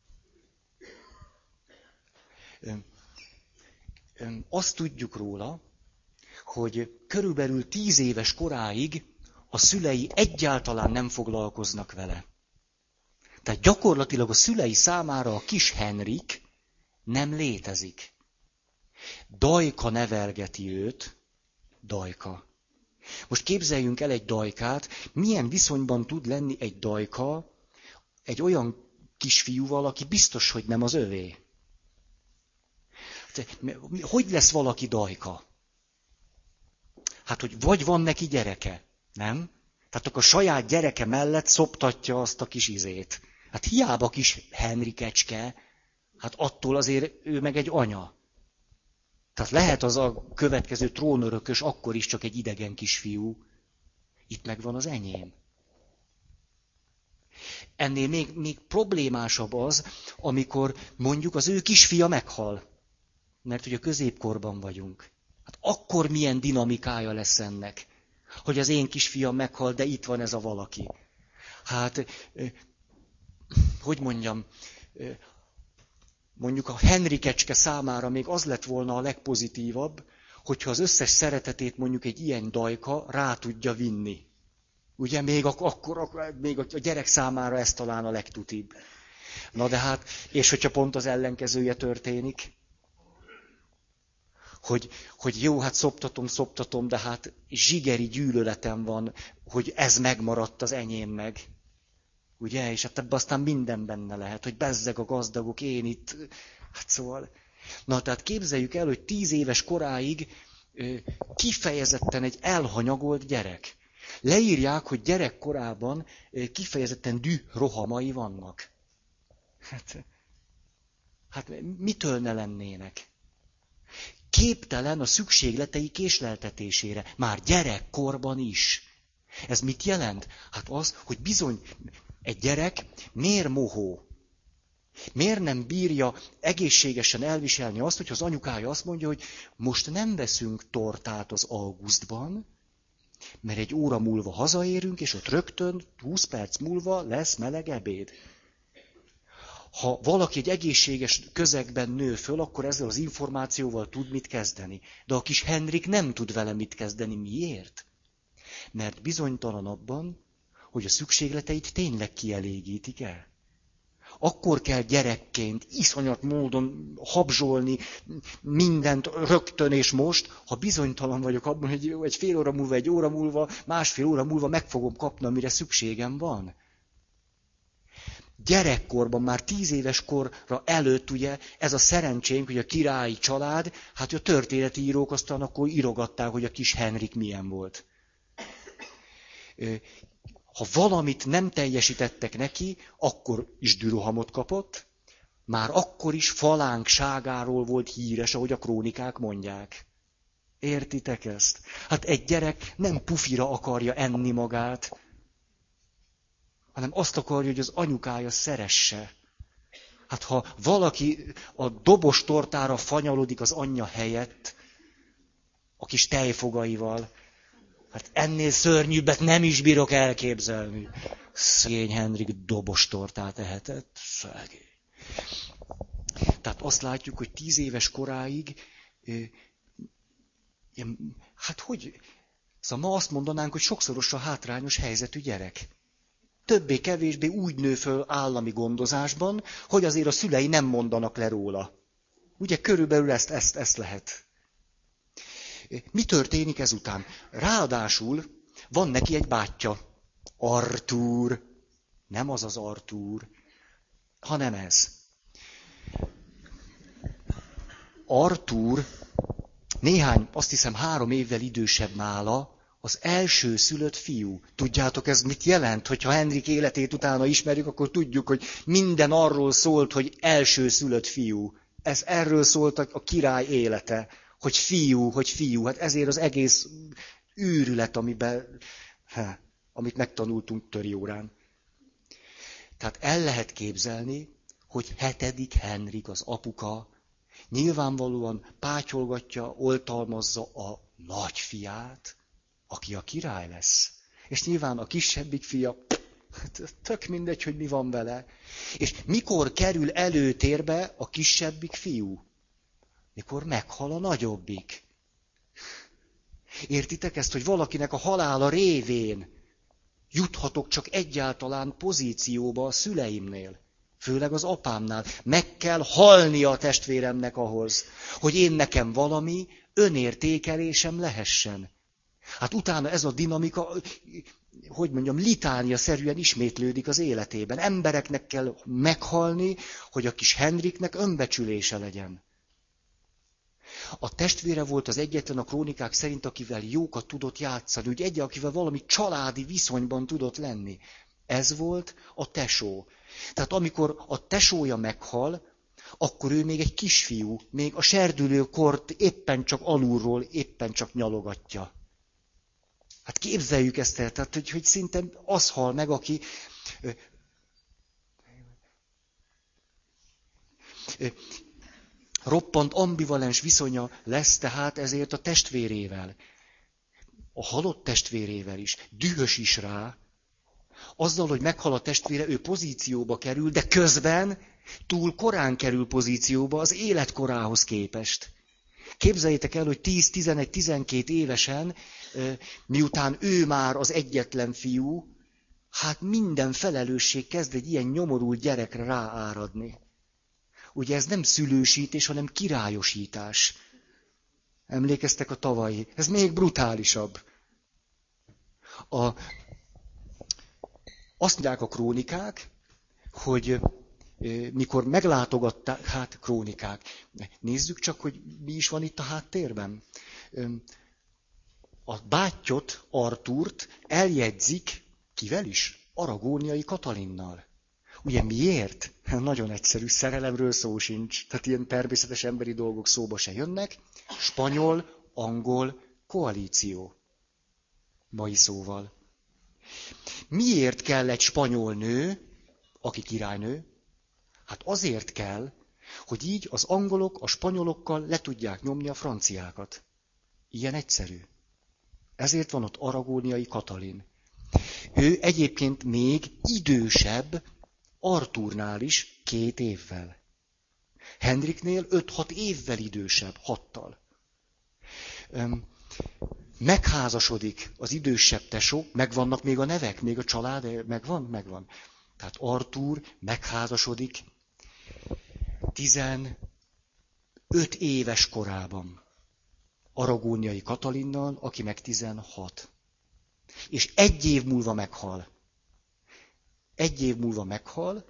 Azt tudjuk róla, hogy körülbelül tíz éves koráig a szülei egyáltalán nem foglalkoznak vele. Tehát gyakorlatilag a szülei számára a kis Henrik nem létezik. Dajka nevelgeti őt, Dajka. Most képzeljünk el egy dajkát, milyen viszonyban tud lenni egy dajka egy olyan kisfiúval, aki biztos, hogy nem az övé. Hogy lesz valaki dajka? Hát, hogy vagy van neki gyereke, nem? Tehát akkor a saját gyereke mellett szoptatja azt a kis izét. Hát hiába kis Henrikecske, hát attól azért ő meg egy anya. Tehát lehet az a következő trónörökös akkor is csak egy idegen kisfiú. Itt megvan az enyém. Ennél még, még problémásabb az, amikor mondjuk az ő kisfia meghal. Mert ugye középkorban vagyunk. Hát akkor milyen dinamikája lesz ennek, hogy az én kisfiam meghal, de itt van ez a valaki. Hát, hogy mondjam, mondjuk a Henrikecske számára még az lett volna a legpozitívabb, hogyha az összes szeretetét mondjuk egy ilyen dajka rá tudja vinni. Ugye még akkor, még a gyerek számára ez talán a legtutibb. Na de hát, és hogyha pont az ellenkezője történik, hogy, hogy jó, hát szoptatom, szoptatom, de hát zsigeri gyűlöletem van, hogy ez megmaradt az enyém meg. Ugye? És hát ebben aztán minden benne lehet, hogy bezzeg a gazdagok, én itt. Hát szóval. Na, tehát képzeljük el, hogy tíz éves koráig kifejezetten egy elhanyagolt gyerek. Leírják, hogy gyerekkorában kifejezetten dührohamai vannak. Hát, hát mitől ne lennének? Képtelen a szükségletei késleltetésére, már gyerekkorban is. Ez mit jelent? Hát az, hogy bizony egy gyerek miért mohó? Miért nem bírja egészségesen elviselni azt, hogy az anyukája azt mondja, hogy most nem veszünk tortát az augusztban, mert egy óra múlva hazaérünk, és ott rögtön húsz perc múlva lesz meleg ebéd. Ha valaki egy egészséges közegben nő föl, akkor ezzel az információval tud mit kezdeni. De a kis Henrik nem tud vele mit kezdeni. Miért? Mert bizonytalan abban, hogy a szükségleteit tényleg kielégítik el. Akkor kell gyerekként iszonyat módon habzsolni mindent rögtön és most, ha bizonytalan vagyok abban, hogy egy fél óra múlva, egy óra múlva, másfél óra múlva meg fogom kapni, amire szükségem van. Gyerekkorban, már tíz éves korra előtt, ugye, ez a szerencsénk, hogy a királyi család, hát a történeti írók aztán akkor írogatták, hogy a kis Henrik milyen volt. Ha valamit nem teljesítettek neki, akkor is dürohamot kapott, már akkor is falánkságáról volt híres, ahogy a krónikák mondják. Értitek ezt? Hát egy gyerek nem pufira akarja enni magát, hanem azt akarja, hogy az anyukája szeresse. Hát ha valaki a dobos tortára fanyalodik az anyja helyett, a kis tejfogaival, hát ennél szörnyűbbet nem is bírok elképzelni. Szegény Henrik dobos tortát ehetett. Szegény. Tehát azt látjuk, hogy tíz éves koráig, hát hogy, szóval ma azt mondanánk, hogy sokszoros a hátrányos helyzetű gyerek. Többé-kevésbé úgy nő föl állami gondozásban, hogy azért a szülei nem mondanak le róla. Ugye körülbelül ezt, ezt, ezt lehet. Mi történik ezután? Ráadásul van neki egy bátyja, Artúr. Nem az az Artúr, hanem ez. Artúr néhány, azt hiszem három évvel idősebb nála, az első szülött fiú. Tudjátok, ez mit jelent? Hogyha Henrik életét utána ismerjük, akkor tudjuk, hogy minden arról szólt, hogy első szülött fiú. Ez erről szólt a király élete, hogy fiú, hogy fiú. Hát ezért az egész őrület, amiben, he, amit megtanultunk töri órán. Tehát el lehet képzelni, hogy hetedik Henrik, az apuka, nyilvánvalóan pátyolgatja, oltalmazza a nagyfiát, aki a király lesz. És nyilván a kisebbik fia, tök mindegy, hogy mi van vele. És mikor kerül előtérbe a kisebbik fiú? Mikor meghal a nagyobbik. Értitek ezt, hogy valakinek a halála révén juthatok csak egyáltalán pozícióba a szüleimnél? Főleg az apámnál. Meg kell halnia a testvéremnek ahhoz, hogy én nekem valami önértékelésem lehessen. Hát utána ez a dinamika, hogy mondjam, litánia-szerűen ismétlődik az életében. Embereknek kell meghalni, hogy a kis Henriknek önbecsülése legyen. A testvére volt az egyetlen a krónikák szerint, akivel jókat tudott játszani, úgy egy, akivel valami családi viszonyban tudott lenni. Ez volt a tesó. Tehát amikor a tesója meghal, akkor ő még egy kisfiú, még a serdülő kort éppen csak alulról, éppen csak nyalogatja. Hát képzeljük ezt el, tehát hogy, hogy szinte az hal meg, aki ö, ö, roppant ambivalens viszonya lesz tehát ezért a testvérével. A halott testvérével is, dühös is rá, azzal, hogy meghal a testvére, ő pozícióba kerül, de közben túl korán kerül pozícióba az életkorához képest. Képzeljétek el, hogy tíz, tizenegy, tizenkét évesen, miután ő már az egyetlen fiú, hát minden felelősség kezd egy ilyen nyomorult gyerekre rááradni. Ugye ez nem szülősítés, hanem királyosítás. Emlékeztek a tavalyi? Ez még brutálisabb. A, azt mondják a krónikák, hogy mikor meglátogatták, hát krónikák, nézzük csak, hogy mi is van itt a háttérben. A bátyot, Artúrt eljegyzik, kivel is? Aragóniai Katalinnal. Ugye miért? Nagyon egyszerű, szerelemről szó sincs. Tehát ilyen természetes emberi dolgok szóba se jönnek. Spanyol-angol koalíció. Mai szóval. Miért kell egy spanyol nő, aki királynő? Hát azért kell, hogy így az angolok a spanyolokkal le tudják nyomni a franciákat. Ilyen egyszerű. Ezért van ott Aragóniai Katalin. Ő egyébként még idősebb Artúrnál is két évvel. Henriknél öt-hat évvel idősebb, hattal. Megházasodik az idősebb tesó, megvannak még a nevek, még a család, megvan? Megvan. Tehát Artúr megházasodik tizenöt éves korában Aragóniai Katalinnal, aki meg tizenhat. És egy év múlva meghal. Egy év múlva meghal.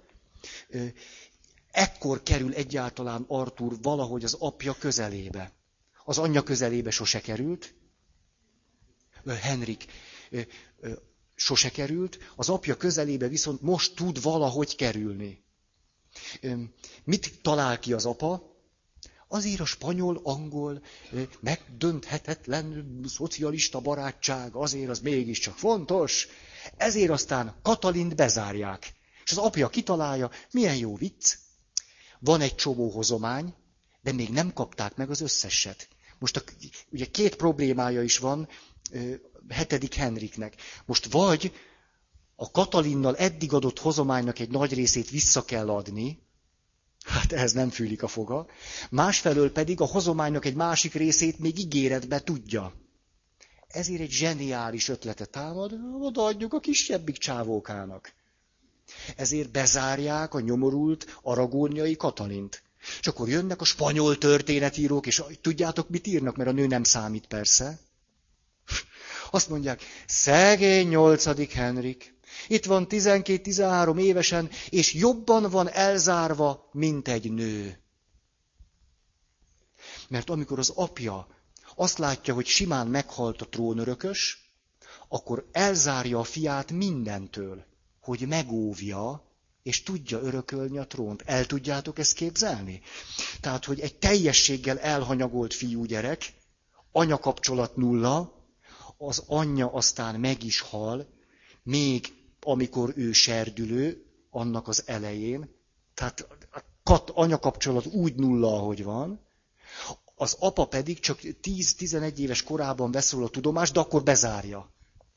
Ekkor kerül egyáltalán Artúr valahogy az apja közelébe. Az anyja közelébe sose került. Henrik sose került. Az apja közelébe viszont most tud valahogy kerülni. Mit talál ki az apa? Azért a spanyol-angol megdönthetetlen szocialista barátság, azért az mégiscsak fontos. Ezért aztán Katalint bezárják. És az apja kitalálja, milyen jó vicc. Van egy csomó hozomány, de még nem kapták meg az összeset. Most a, ugye két problémája is van hetedik Henriknek. Most vagy a Katalinnal eddig adott hozománynak egy nagy részét vissza kell adni, hát ehhez nem fűlik a foga, másfelől pedig a hozománynak egy másik részét még ígéretbe tudja. Ezért egy zseniális ötletet támad, odaadjuk a kisebbik csávókának. Ezért bezárják a nyomorult aragóniai Katalint. És akkor jönnek a spanyol történetírók, és tudjátok, mit írnak, mert a nő nem számít persze. Azt mondják, szegény nyolcadik Henrik. Itt van tizenkét-tizenhárom évesen, és jobban van elzárva, mint egy nő. Mert amikor az apja azt látja, hogy simán meghalt a trónörökös, akkor elzárja a fiát mindentől, hogy megóvja, és tudja örökölni a trónt. El tudjátok ezt képzelni? Tehát, hogy egy teljességgel elhanyagolt fiúgyerek, anyakapcsolat nulla, az anyja aztán meg is hal, még amikor ő serdülő, annak az elején, tehát a anyakapcsolat úgy nulla, ahogy van, az apa pedig csak tíz-tizenegy éves korában vesz róla tudomást, de akkor bezárja.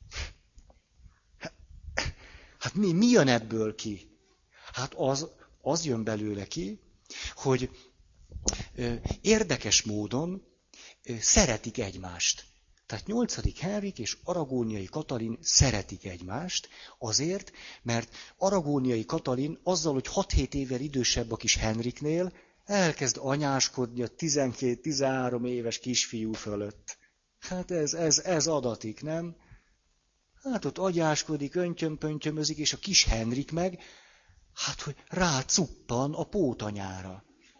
Hát mi, mi jön ebből ki? Hát az, az jön belőle ki, hogy érdekes módon szeretik egymást. Tehát nyolcadik Henrik és Aragóniai Katalin szeretik egymást azért, mert Aragóniai Katalin azzal, hogy hat-hét évvel idősebb a kis Henriknél, elkezd anyáskodni a tizenkét-tizenhárom éves kisfiú fölött. Hát ez, ez, ez adatik, nem? Hát ott agyáskodik, öntyöm-pöntyömözik, és a kis Henrik meg, hát hogy rácuppan a pótanyára.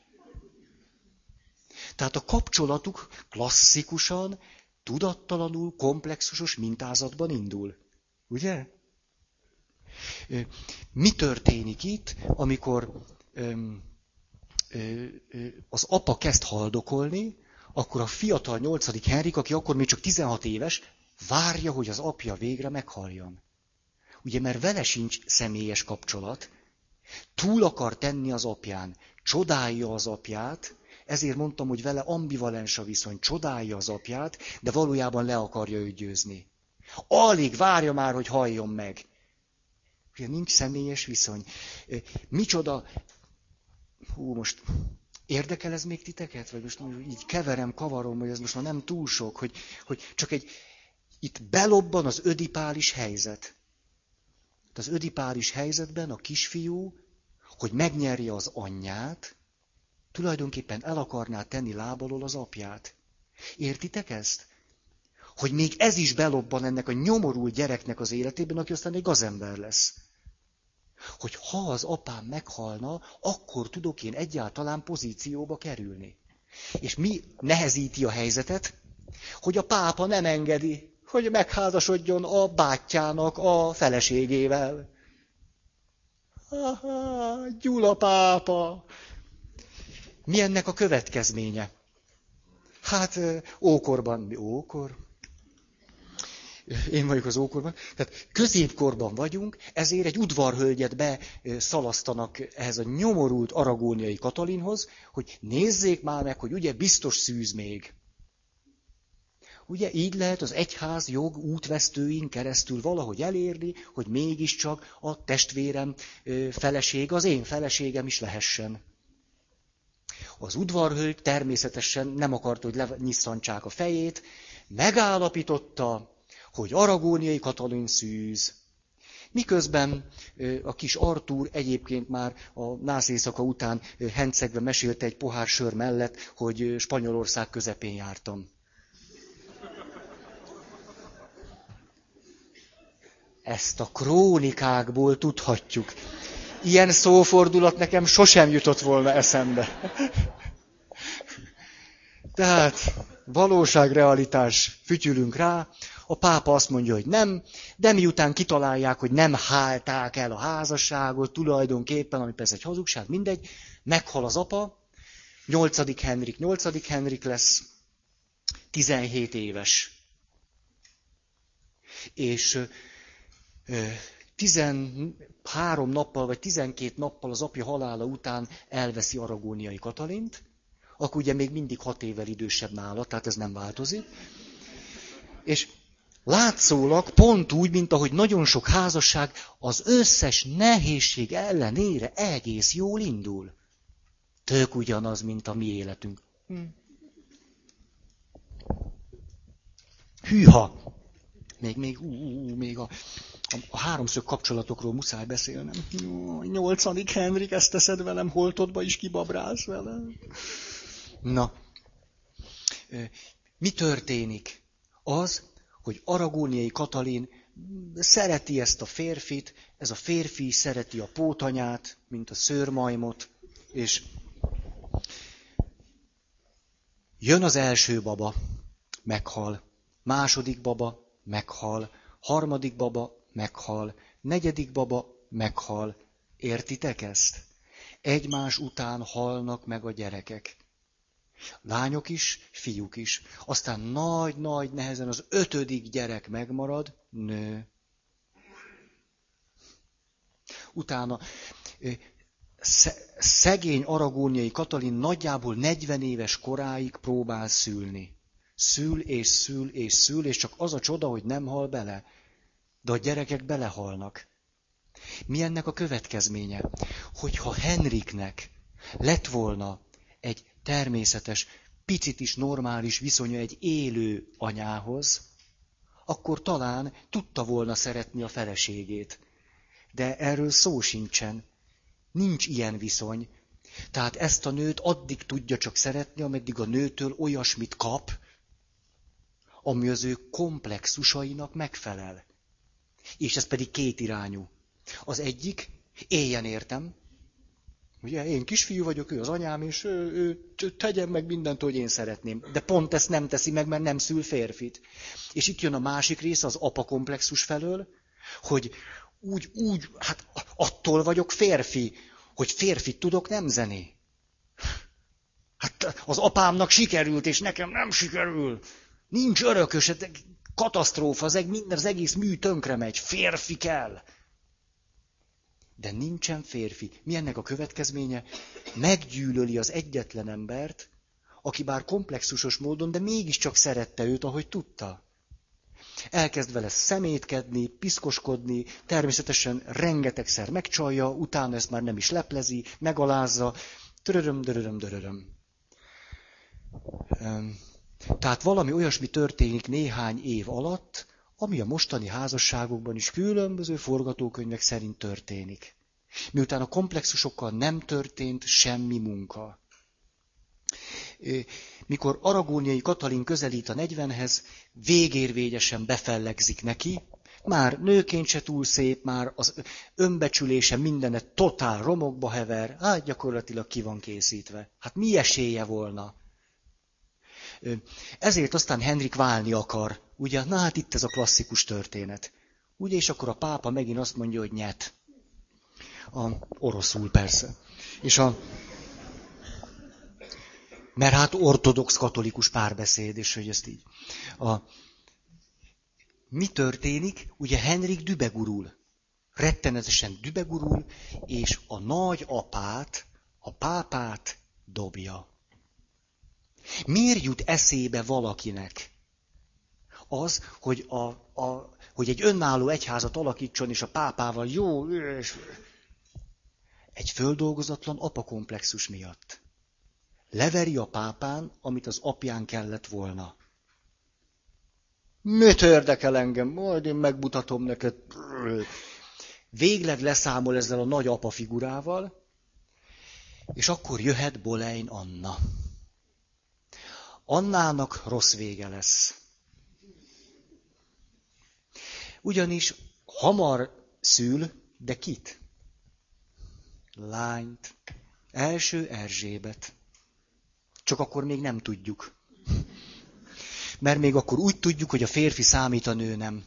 Tehát a kapcsolatuk klasszikusan, tudattalanul, komplexusos mintázatban indul. Ugye? Mi történik itt, amikor öm, ö, ö, az apa kezd haldokolni, akkor a fiatal nyolcadik Henrik, aki akkor még csak tizenhat éves, várja, hogy az apja végre meghaljon. Ugye, mert vele sincs személyes kapcsolat, túl akar tenni az apján, csodálja az apját, ezért mondtam, hogy vele ambivalens a viszony, csodálja az apját, de valójában le akarja őt győzni. Alig várja már, hogy halljon meg. Ugye nincs személyes viszony. Micsoda, hú, most érdekel ez még titeket? Vagy most így keverem, kavarom, hogy ez most már nem túl sok, hogy, hogy csak egy, itt belobban az ödipális helyzet. Az ödipális helyzetben a kisfiú, hogy megnyerje az anyját, tulajdonképpen el akarná tenni lábalól az apját. Értitek ezt? Hogy még ez is belobban ennek a nyomorult gyereknek az életében, aki aztán egy gazember lesz. Hogy ha az apám meghalna, akkor tudok én egyáltalán pozícióba kerülni. És mi nehezíti a helyzetet? Hogy a pápa nem engedi. hogy megházasodjon a bátyjának a feleségével. Aha, Gyula pápa. Mi ennek a következménye? Hát ókorban, mi ókor? Én vagyok az ókorban. Tehát középkorban vagyunk, ezért egy udvarhölgyet beszalasztanak ehhez a nyomorult aragóniai Katalinhoz, hogy nézzék már meg, hogy ugye biztos szűz még. Ugye így lehet az egyház jog útvesztőin keresztül valahogy elérni, hogy mégiscsak a testvérem felesége, az én feleségem is lehessen. Az udvarhölgy természetesen nem akarta, hogy lenyisszantsák a fejét, megállapította, hogy aragóniai Katalin szűz. Miközben a kis Artúr egyébként már a nász éjszaka után hencegve mesélte egy pohár sör mellett, hogy Spanyolország közepén jártam. Ezt a krónikákból tudhatjuk. Ilyen szófordulat nekem sosem jutott volna eszembe. Tehát valóság, realitás, fütyülünk rá, a pápa azt mondja, hogy nem, de miután kitalálják, hogy nem hálták el a házasságot tulajdonképpen, ami persze egy hazugság, mindegy, meghal az apa, nyolcadik Henrik, nyolcadik Henrik lesz, tizenhét éves. És tizenhárom nappal, vagy tizenkét nappal az apja halála után elveszi aragóniai Katalint, akkor ugye még mindig hat évvel idősebb nála, tehát ez nem változik. És látszólag pont úgy, mint ahogy nagyon sok házasság az összes nehézség ellenére egész jól indul. Tök ugyanaz, mint a mi életünk. Hűha! Még, még, ú, ú, még a, a, a háromszög kapcsolatokról muszáj beszélnem. Nyolcadik Henrik, ezt teszed velem, holtodba is kibabrálsz velem. Na, mi történik? Az, hogy aragóniai Katalin szereti ezt a férfit, ez a férfi szereti a pótanyát, mint a szőrmajmot, és jön az első baba, meghal, második baba, meghal, harmadik baba, meghal, negyedik baba, meghal. Értitek ezt? Egymás után halnak meg a gyerekek. Lányok is, fiúk is. Aztán nagy-nagy nehezen az ötödik gyerek megmarad, nő. Utána szegény aragóniai Katalin nagyjából negyven éves koráig próbál szülni. Szül és szül és szül, és csak az a csoda, hogy nem hal bele. De a gyerekek belehalnak. Mi ennek a következménye? Hogyha Henriknek lett volna egy természetes, picit is normális viszonya egy élő anyához, akkor talán tudta volna szeretni a feleségét. De erről szó sincsen. Nincs ilyen viszony. Tehát ezt a nőt addig tudja csak szeretni, ameddig a nőtől olyasmit kap, ami az ő komplexusainak megfelel. És ez pedig kétirányú. Az egyik, éljen értem, ugye, én kisfiú vagyok, ő az anyám, és ő, ő tegyen meg mindent, hogy én szeretném. De pont ezt nem teszi meg, mert nem szül férfit. És itt jön a másik része, az apa komplexus felől, hogy úgy, úgy, hát attól vagyok férfi, hogy férfit tudok nemzeni. Hát az apámnak sikerült, és nekem nem sikerül. Nincs örökös, katasztrófa, az, minden, az egész mű tönkre megy, férfi kell. De nincsen férfi. Mi ennek a következménye? Meggyűlöli az egyetlen embert, aki bár komplexusos módon, de mégiscsak szerette őt, ahogy tudta. Elkezd vele szemétkedni, piszkoskodni, természetesen rengetegszer megcsalja, utána ezt már nem is leplezi, megalázza, döröröm, döröröm, döröröm. Tehát valami olyasmi történik néhány év alatt, ami a mostani házasságokban is különböző forgatókönyvek szerint történik. Miután a komplexusokkal nem történt semmi munka. Mikor aragóniai Katalin közelít a negyvenhez, végérvényesen befellegzik neki, már nőként se túl szép, már az önbecsülése mindene totál romokba hever, hát gyakorlatilag ki van készítve. Hát mi esélye volna? Ezért aztán Henrik válni akar. Ugye, na hát itt ez a klasszikus történet. Ugye, és akkor a pápa megint azt mondja, hogy nyet. A oroszul persze. És a... Mert hát ortodox katolikus párbeszéd, és hogy ezt így. A... Mi történik? Ugye Henrik dübegurul. Rettenetesen dübegurul, és a nagy apát, a pápát dobja. Miért jut eszébe valakinek az, hogy, a, a, hogy egy önálló egyházat alakítson, és a pápával jó, és egy földolgozatlan apakomplexus miatt. Leveri a pápán, amit az apján kellett volna. Mit érdekel engem? Majd én megmutatom neked. Végleg leszámol ezzel a nagy apa figurával, és akkor jöhet Bolein Anna. Annának rossz vége lesz. Ugyanis hamar szül, de kit? Lányt. Első Erzsébet. Csak akkor még nem tudjuk. Mert még akkor úgy tudjuk, hogy a férfi számít, a nő nem.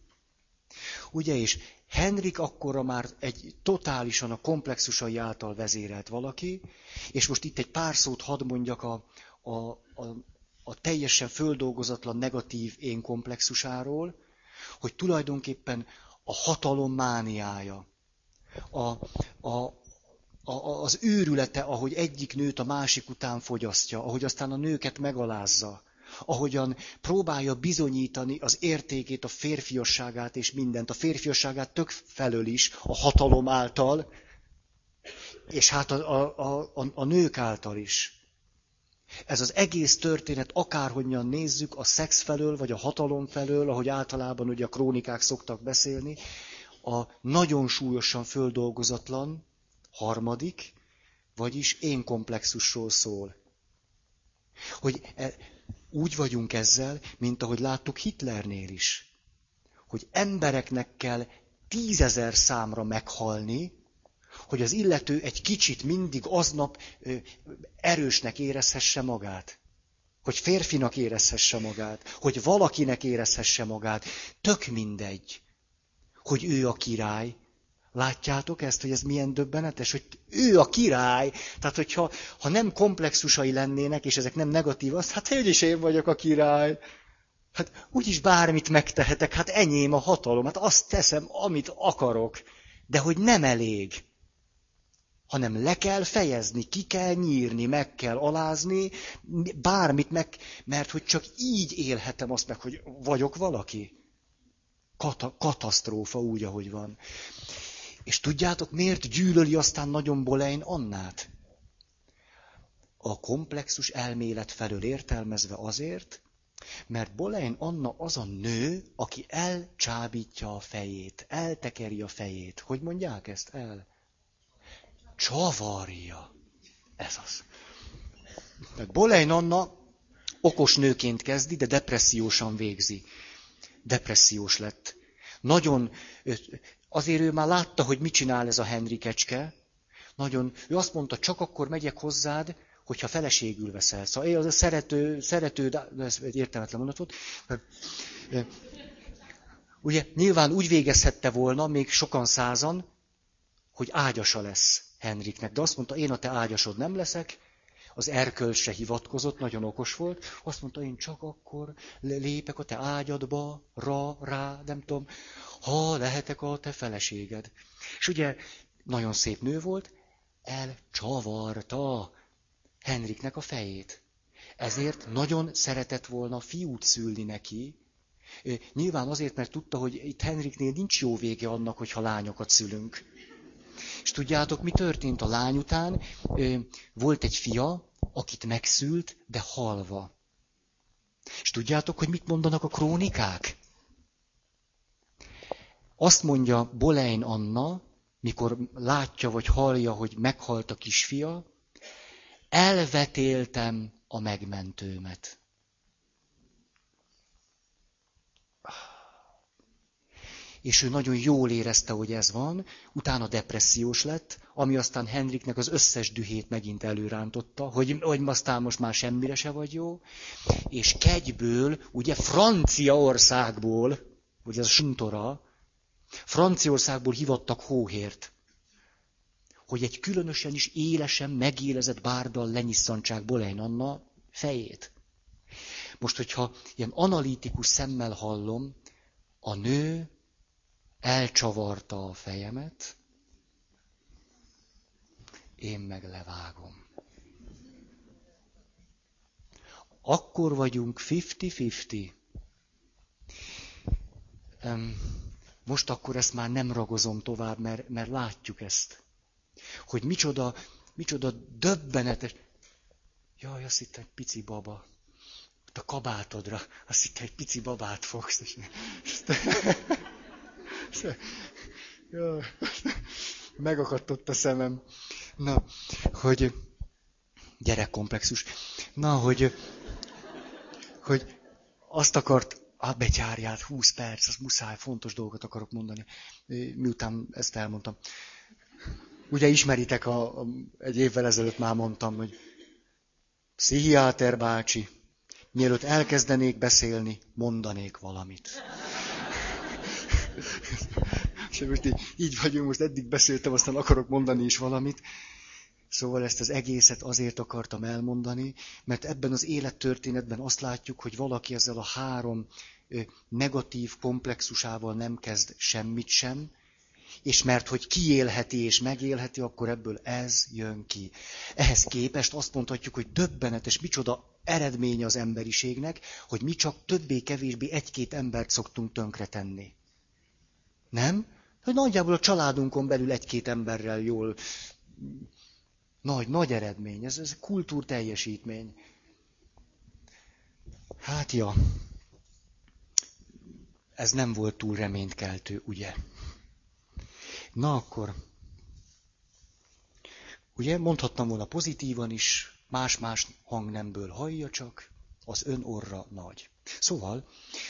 Ugye, és Henrik akkorra már egy totálisan a komplexusai által vezérelt valaki, és most itt egy pár szót hadd mondjak a, a, a, a teljesen földolgozatlan negatív én komplexusáról, hogy tulajdonképpen a hatalom mániája, a, a, a, az őrülete, ahogy egyik nőt a másik után fogyasztja, ahogy aztán a nőket megalázza, ahogyan próbálja bizonyítani az értékét, a férfiasságát és mindent, a férfiasságát tök felől is, a hatalom által, és hát a, a, a, a nők által is. Ez az egész történet, akárhogyan nézzük, a szex felől, vagy a hatalom felől, ahogy általában ugye a krónikák szoktak beszélni, a nagyon súlyosan földolgozatlan harmadik, vagyis én komplexusról szól. Hogy úgy vagyunk ezzel, mint ahogy láttuk Hitlernél is, hogy embereknek kell tízezer számra meghalni, hogy az illető egy kicsit mindig aznap erősnek érezhesse magát. Hogy férfinak érezhesse magát. Hogy valakinek érezhesse magát. Tök mindegy, hogy ő a király. Látjátok ezt, hogy ez milyen döbbenetes, hogy ő a király. Tehát, hogyha ha nem komplexusai lennének, és ezek nem negatív, az, hát hogy is én vagyok a király. Hát úgyis bármit megtehetek, hát enyém a hatalom, hát azt teszem, amit akarok. De hogy nem elég, hanem le kell fejezni, ki kell nyírni, meg kell alázni, bármit meg, mert hogy csak így élhetem azt meg, hogy vagyok valaki. Kata, katasztrófa úgy, ahogy van. És tudjátok, miért gyűlöli aztán nagyon Bolein Annát? A komplexus elmélet felől értelmezve azért, mert Bolein Anna az a nő, aki elcsábítja a fejét, eltekeri a fejét. Hogy mondják ezt el? Csavarja. Ez az. Tehát Bolein Anna okos nőként kezdi, de depressziósan végzi. Depressziós lett. Nagyon, azért ő már látta, hogy mit csinál ez a Henrikecske. Nagyon, ő azt mondta, csak akkor megyek hozzád, hogyha feleségül veszel. Szóval én az a szerető, szerető, ez értelmetlen mondat volt. Ugye nyilván úgy végezhette volna, még sokan százan, hogy ágyasa lesz Henriknek. De azt mondta, én a te ágyasod nem leszek, az erkölcsre hivatkozott, nagyon okos volt. Azt mondta, én csak akkor lépek a te ágyadba, ra, rá, nem tudom, ha lehetek a te feleséged. És ugye nagyon szép nő volt, elcsavarta Henriknek a fejét. Ezért nagyon szeretett volna fiút szülni neki. Nyilván azért, mert tudta, hogy itt Henriknél nincs jó vége annak, hogyha lányokat szülünk. És tudjátok, mi történt a lány után? Volt egy fia, akit megszült, de halva. És tudjátok, hogy mit mondanak a krónikák? Azt mondja Bolein Anna, mikor látja vagy hallja, hogy meghalt a kisfia, elvetéltem a és ő nagyon jól érezte, hogy ez van, utána depressziós lett, ami aztán Henriknek az összes dühét megint előrántotta, hogy, hogy aztán most már semmire se vagy jó, és kegyből, ugye Franciaországból, ugye ez a suntora, Franciaországból hivattak hóhért, hogy egy különösen is élesen megélezett bárdal lenyisszantsák Bolein Anna fejét. Most, hogyha ilyen analitikus szemmel hallom, a nő elcsavarta a fejemet, én meg levágom. Akkor vagyunk fifty-fifty. Most akkor ezt már nem ragozom tovább, mert, mert látjuk ezt. Hogy micsoda, micsoda döbbenetes. Jaj, azt hittem, egy pici baba. A kabátodra, azt hittem, egy pici babát fogsz. Megakadt ott a szemem. Na, hogy gyerekkomplexus. Na, hogy, hogy azt akart, a betyárját, húsz perc, az muszáj, fontos dolgokat akarok mondani. Miután ezt elmondtam. Ugye ismeritek, a, a, egy évvel ezelőtt már mondtam, hogy pszichiáter bácsi, mielőtt elkezdenék beszélni, mondanék valamit. És most így, így vagyunk, most eddig beszéltem, aztán akarok mondani is valamit. Szóval ezt az egészet azért akartam elmondani, mert ebben az élettörténetben azt látjuk, hogy valaki ezzel a három negatív komplexusával nem kezd semmit sem, és mert hogy kiélheti és megélheti, akkor ebből ez jön ki. Ehhez képest azt mondhatjuk, hogy döbbenetes, micsoda eredménye az emberiségnek, hogy mi csak többé-kevésbé egy-két embert szoktunk tönkretenni. Nem? Hogy nagyjából a családunkon belül egy-két emberrel jól... Nagy, nagy eredmény, ez, ez kultúrteljesítmény. Hát ja, ez nem volt túl reménykeltő, ugye? Na akkor, ugye mondhattam volna pozitívan is, más-más hangnemből hallja csak, az ön orra nagy. Szóval,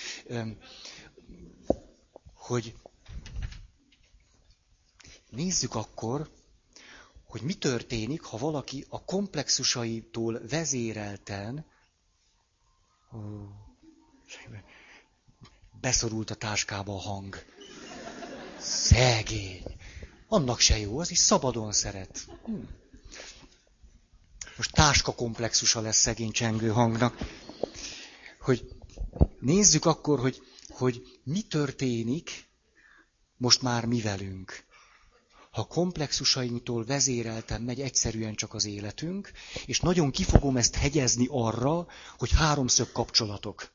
hogy nézzük akkor, hogy mi történik, ha valaki a komplexusaitól vezérelten ó, beszorult a táskába a hang. Szegény. Annak se jó, az is szabadon szeret. Hm. Most táska komplexusa lesz szegény csengő hangnak. Hogy nézzük akkor, hogy, hogy mi történik most már mi velünk. Ha komplexusainktól vezérelten megy egyszerűen csak az életünk, és nagyon ki fogom ezt hegyezni arra, hogy háromszög kapcsolatok.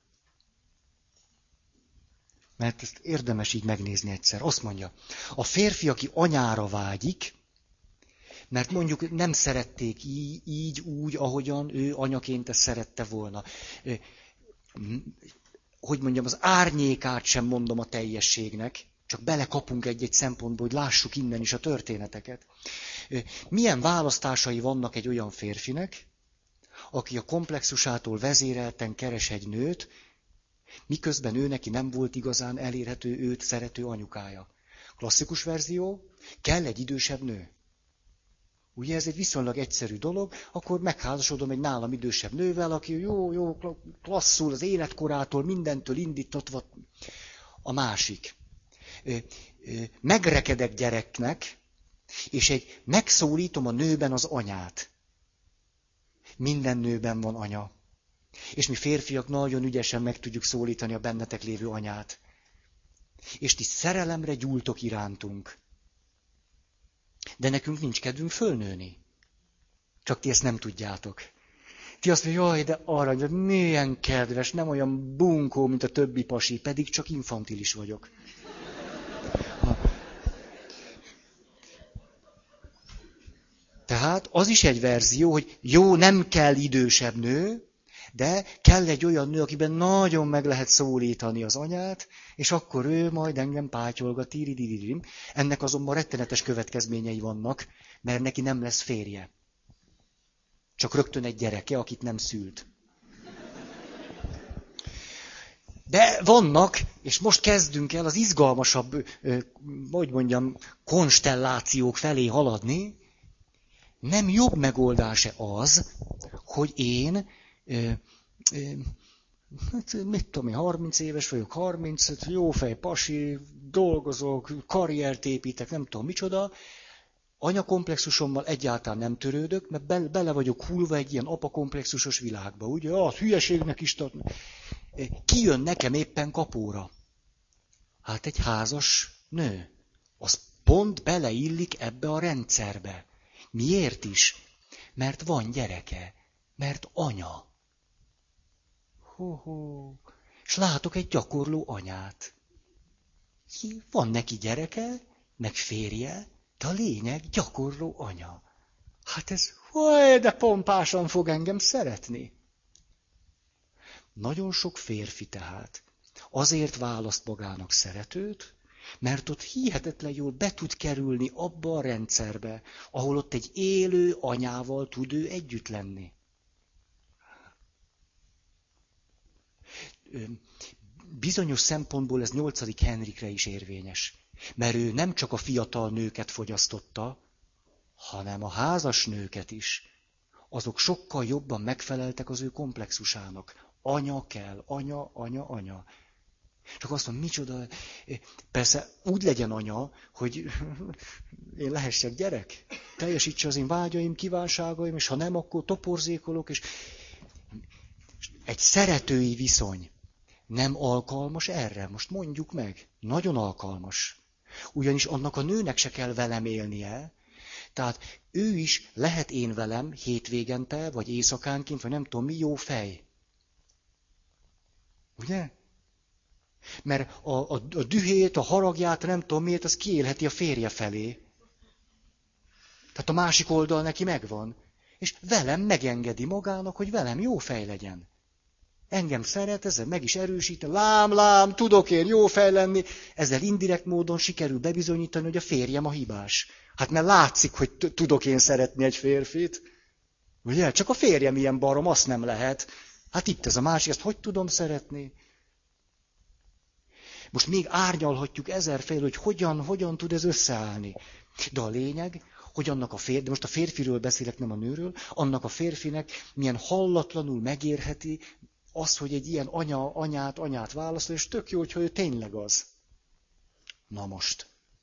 Mert ezt érdemes így megnézni egyszer. Azt mondja, a férfi, aki anyára vágyik, mert mondjuk nem szerették így, így úgy, ahogyan ő anyaként ezt szerette volna. Hogy mondjam, az árnyékát sem mondom a teljességnek, csak belekapunk egy-egy szempontból, hogy lássuk innen is a történeteket. Milyen választásai vannak egy olyan férfinek, aki a komplexusától vezérelten keres egy nőt, miközben ő neki nem volt igazán elérhető őt szerető anyukája. Klasszikus verzió, kell egy idősebb nő. Ugye ez egy viszonylag egyszerű dolog, akkor megházasodom egy nálam idősebb nővel, aki jó, jó, klasszul az életkorától, mindentől indítatva. A másik. Megrekedek gyereknek, és egy megszólítom a nőben az anyát. Minden nőben van anya. És mi férfiak nagyon ügyesen meg tudjuk szólítani a bennetek lévő anyát. És ti szerelemre gyúltok irántunk. De nekünk nincs kedvünk fölnőni. Csak ti ezt nem tudjátok. Ti azt mondja, jaj, de arany, milyen kedves, nem olyan bunkó, mint a többi pasi, pedig csak infantilis vagyok. Tehát az is egy verzió, hogy jó, nem kell idősebb nő, de kell egy olyan nő, akiben nagyon meg lehet szólítani az anyát, és akkor ő majd engem pátyolgat, tiridididim. Ennek azonban rettenetes következményei vannak, mert neki nem lesz férje. Csak rögtön egy gyereke, akit nem szült. De vannak, és most kezdünk el az izgalmasabb, hogy mondjam, konstellációk felé haladni. Nem jobb megoldás-e az, hogy én, hát mit tudom én, harminc éves vagyok, harminc, jó fej, pasi, dolgozok, karriert építek, nem tudom micsoda, anyakomplexusommal egyáltalán nem törődök, mert be, bele vagyok hullva egy ilyen apakomplexusos világba, ugye? Az hülyeségnek is tart. Ki jön nekem éppen kapóra? Hát egy házas nő. Az pont beleillik ebbe a rendszerbe. Miért is? Mert van gyereke. Mert anya. Ho-ho. És látok egy gyakorló anyát. Van neki gyereke, meg férje, de a lényeg gyakorló anya. Hát ez, hoj, de pompásan fog engem szeretni. Nagyon sok férfi tehát azért választ magának szeretőt, mert ott hihetetlen jól be tud kerülni abba a rendszerbe, ahol ott egy élő anyával tud ő együtt lenni. Bizonyos szempontból ez nyolcadik Henrikre is érvényes, mert ő nem csak a fiatal nőket fogyasztotta, hanem a házas nőket is. Azok sokkal jobban megfeleltek az ő komplexusának. Anya kell, anya, anya, anya. Csak azt mondom, micsoda, persze úgy legyen anya, hogy én lehessek gyerek, teljesítse az én vágyaim, kívánságaim, és ha nem, akkor toporzékolok, és egy szeretői viszony nem alkalmas erre, most mondjuk meg, nagyon alkalmas. Ugyanis annak a nőnek se kell velem élnie, tehát ő is lehet én velem hétvégente, vagy éjszakánként, vagy nem tudom mi, jó fej. Ugye? Mert a, a, a dühét, a haragját, nem tudom miért, az kiélheti a férje felé. Tehát a másik oldal neki megvan. És velem megengedi magának, hogy velem jó fej legyen. Engem szeret, ezzel meg is erősít, lám, lám, tudok én jó fej lenni. Ezzel indirekt módon sikerül bebizonyítani, hogy a férjem a hibás. Hát mert látszik, hogy tudok én szeretni egy férfit. Ugye? Csak a férjem ilyen barom, azt nem lehet. Hát itt ez a másik, ezt hogy tudom szeretni? Most még árnyalhatjuk ezerféle, hogy hogyan, hogyan tud ez összeállni. De a lényeg, hogy annak a férfi, de most a férfiről beszélek, nem a nőről, annak a férfinek milyen hallatlanul megérheti az, hogy egy ilyen anya, anyát, anyát válaszol, és tök jó, hogyha ő tényleg az. Na most.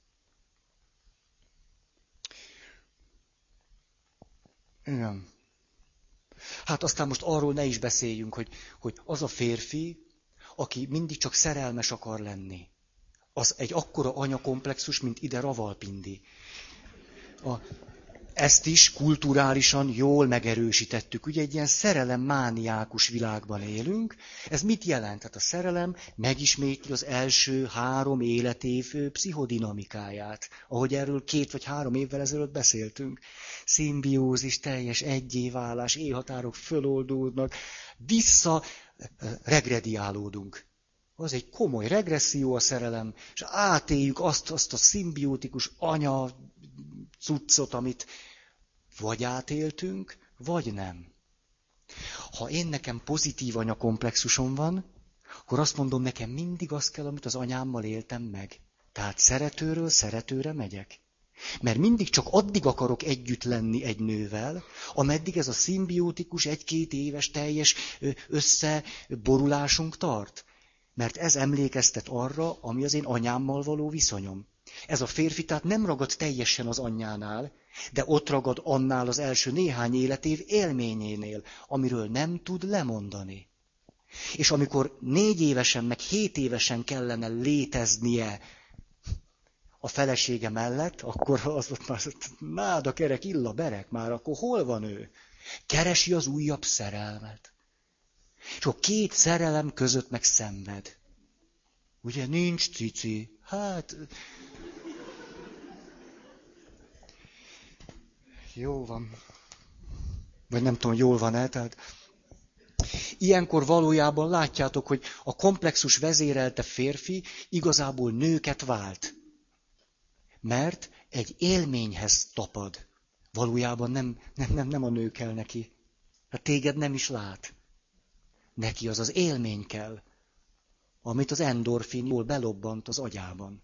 Igen. Hát aztán most arról ne is beszéljünk, hogy, hogy az a férfi, aki mindig csak szerelmes akar lenni, az egy akkora anyakomplexus, mint ide Ravalpindi. A, ezt is kulturálisan jól megerősítettük. Ugye egy ilyen szerelemmániákus világban élünk. Ez mit jelent? Hát a szerelem megismétli az első három életév pszichodinamikáját, ahogy erről két vagy három évvel ezelőtt beszéltünk. Szimbiózis, teljes egyéválás, éjhatárok föloldódnak, vissza regrediálódunk. Az egy komoly regresszió a szerelem, és átéljük azt, azt a szimbiotikus anya cuccot, amit vagy átéltünk, vagy nem. Ha én nekem pozitív anyakomplexusom van, akkor azt mondom, nekem mindig az kell, amit az anyámmal éltem meg. Tehát szeretőről szeretőre megyek. Mert mindig csak addig akarok együtt lenni egy nővel, ameddig ez a szimbiotikus, egy-két éves teljes összeborulásunk tart. Mert ez emlékeztet arra, ami az én anyámmal való viszonyom. Ez a férfi tehát nem ragad teljesen az anyjánál, de ott ragad annál az első néhány életév élményénél, amiről nem tud lemondani. És amikor négy évesen, meg hét évesen kellene léteznie a felesége mellett, akkor az ott már náda kerek, illa berek, már akkor hol van ő? Keresi az újabb szerelmet. És a két szerelem között meg szenved. Ugye nincs cici. Hát... Jó van. Vagy nem tudom, jól van-e, tehát... Ilyenkor valójában látjátok, hogy a komplexus vezérelte férfi igazából nőket vált. Mert egy élményhez tapad. Valójában nem, nem, nem, nem a nő kell neki. Hát téged nem is lát. Neki az az élmény kell. amit az endorfin jól belobbant az agyában.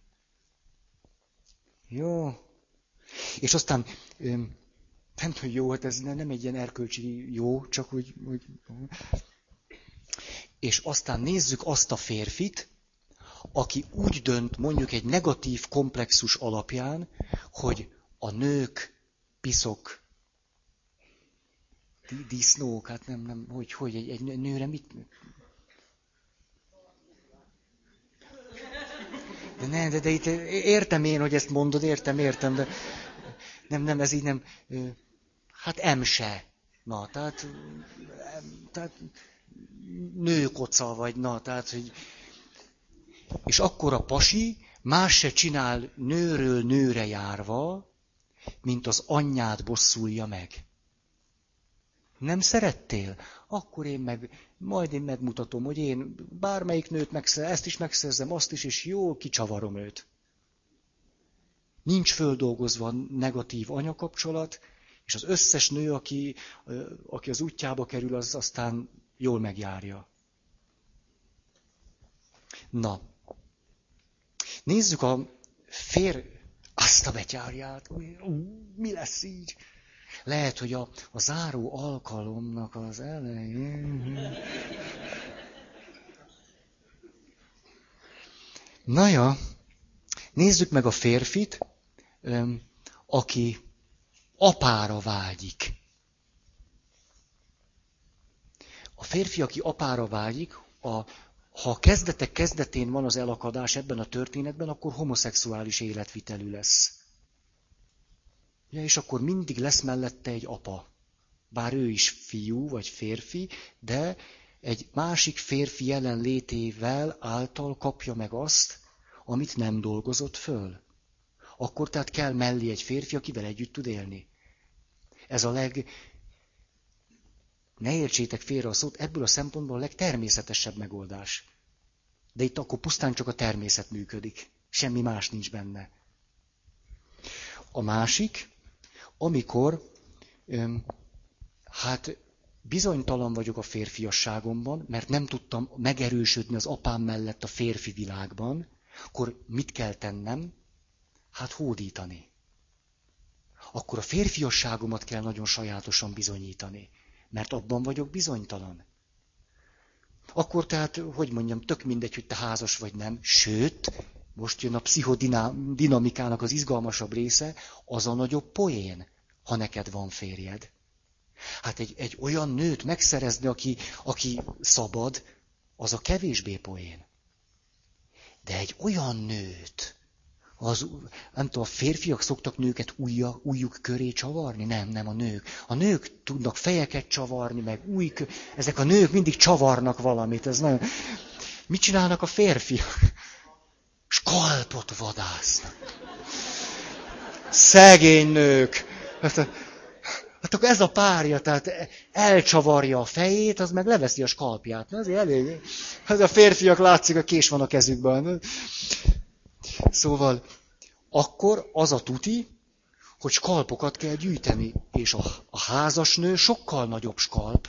Jó. És aztán, nem tudom, jó, hát ez nem egy ilyen erkölcsi jó, csak hogy, hogy... És aztán nézzük azt a férfit, aki úgy dönt, mondjuk egy negatív komplexus alapján, hogy a nők piszok, disznók, hát nem, nem, hogy, hogy egy, egy nőre mit... De nem, de, de itt értem én, hogy ezt mondod, értem, értem, de nem, nem, ez így nem, hát emse. Na, tehát, tehát nőkoca vagy, na, tehát, hogy... És akkor a pasi más se csinál nőről nőre járva, mint az anyját bosszulja meg. Nem szerettél? Akkor én meg, majd én megmutatom, hogy én bármelyik nőt megszerzem, ezt is megszerzem, azt is, és jól kicsavarom őt. Nincs földolgozva negatív anyakapcsolat, és az összes nő, aki, aki az útjába kerül, az aztán jól megjárja. Na, nézzük a fér... Azt a betyárját, mi lesz így? Lehet, hogy a, a záró alkalomnak az elején... Na ja, nézzük meg a férfit, aki apára vágyik. A férfi, aki apára vágyik, a, ha a kezdetek kezdetén van az elakadás ebben a történetben, akkor homoszexuális életvitelű lesz. Ja, és akkor mindig lesz mellette egy apa. Bár ő is fiú vagy férfi, de egy másik férfi jelenlétével által kapja meg azt, amit nem dolgozott föl. Akkor tehát kell mellé egy férfi, akivel együtt tud élni. Ez a leg... Ne értsétek félre a szót, ebből a szempontból a legtermészetesebb megoldás. De itt akkor pusztán csak a természet működik. Semmi más nincs benne. A másik, amikor öm, hát bizonytalan vagyok a férfiasságomban, mert nem tudtam megerősödni az apám mellett a férfi világban, akkor mit kell tennem? Hát hódítani. Akkor a férfiasságomat kell nagyon sajátosan bizonyítani, mert abban vagyok bizonytalan. Akkor tehát, hogy mondjam, tök mindegy, hogy te házas vagy nem, sőt, most jön a pszichodinamikának az izgalmasabb része, az a nagyobb poén, ha neked van férjed. Hát egy, egy olyan nőt megszerezni, aki, aki szabad, az a kevésbé poén. De egy olyan nőt, az, nem tudom, a férfiak szoktak nőket ujja, ujjuk köré csavarni? Nem, nem a nők. A nők tudnak fejeket csavarni, meg új, ezek a nők mindig csavarnak valamit. Ez nagyon... Mit csinálnak a férfiak? Skalpot vadásznak. Szegény nők. Hát akkor ez a párja, tehát elcsavarja a fejét, az meg leveszi a skalpját. Azért elég. Ez a férfiak látszik, a kés van a kezükben. Szóval akkor az a tuti, hogy skalpokat kell gyűjteni, és a, a házasnő sokkal nagyobb skalp.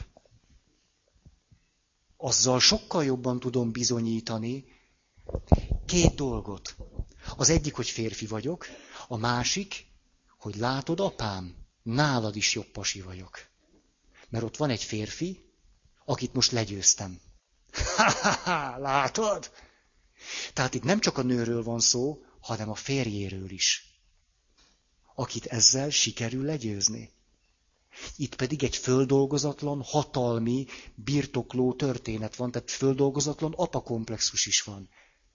Azzal sokkal jobban tudom bizonyítani két dolgot. Az egyik, hogy férfi vagyok, a másik, hogy látod, apám, nálad is jobb pasi vagyok. Mert ott van egy férfi, akit most legyőztem. Ha-ha-ha, látod? Tehát itt nem csak a nőről van szó, hanem a férjéről is, akit ezzel sikerül legyőzni. Itt pedig egy földolgozatlan, hatalmi, birtokló történet van, tehát földolgozatlan apakomplexus is van.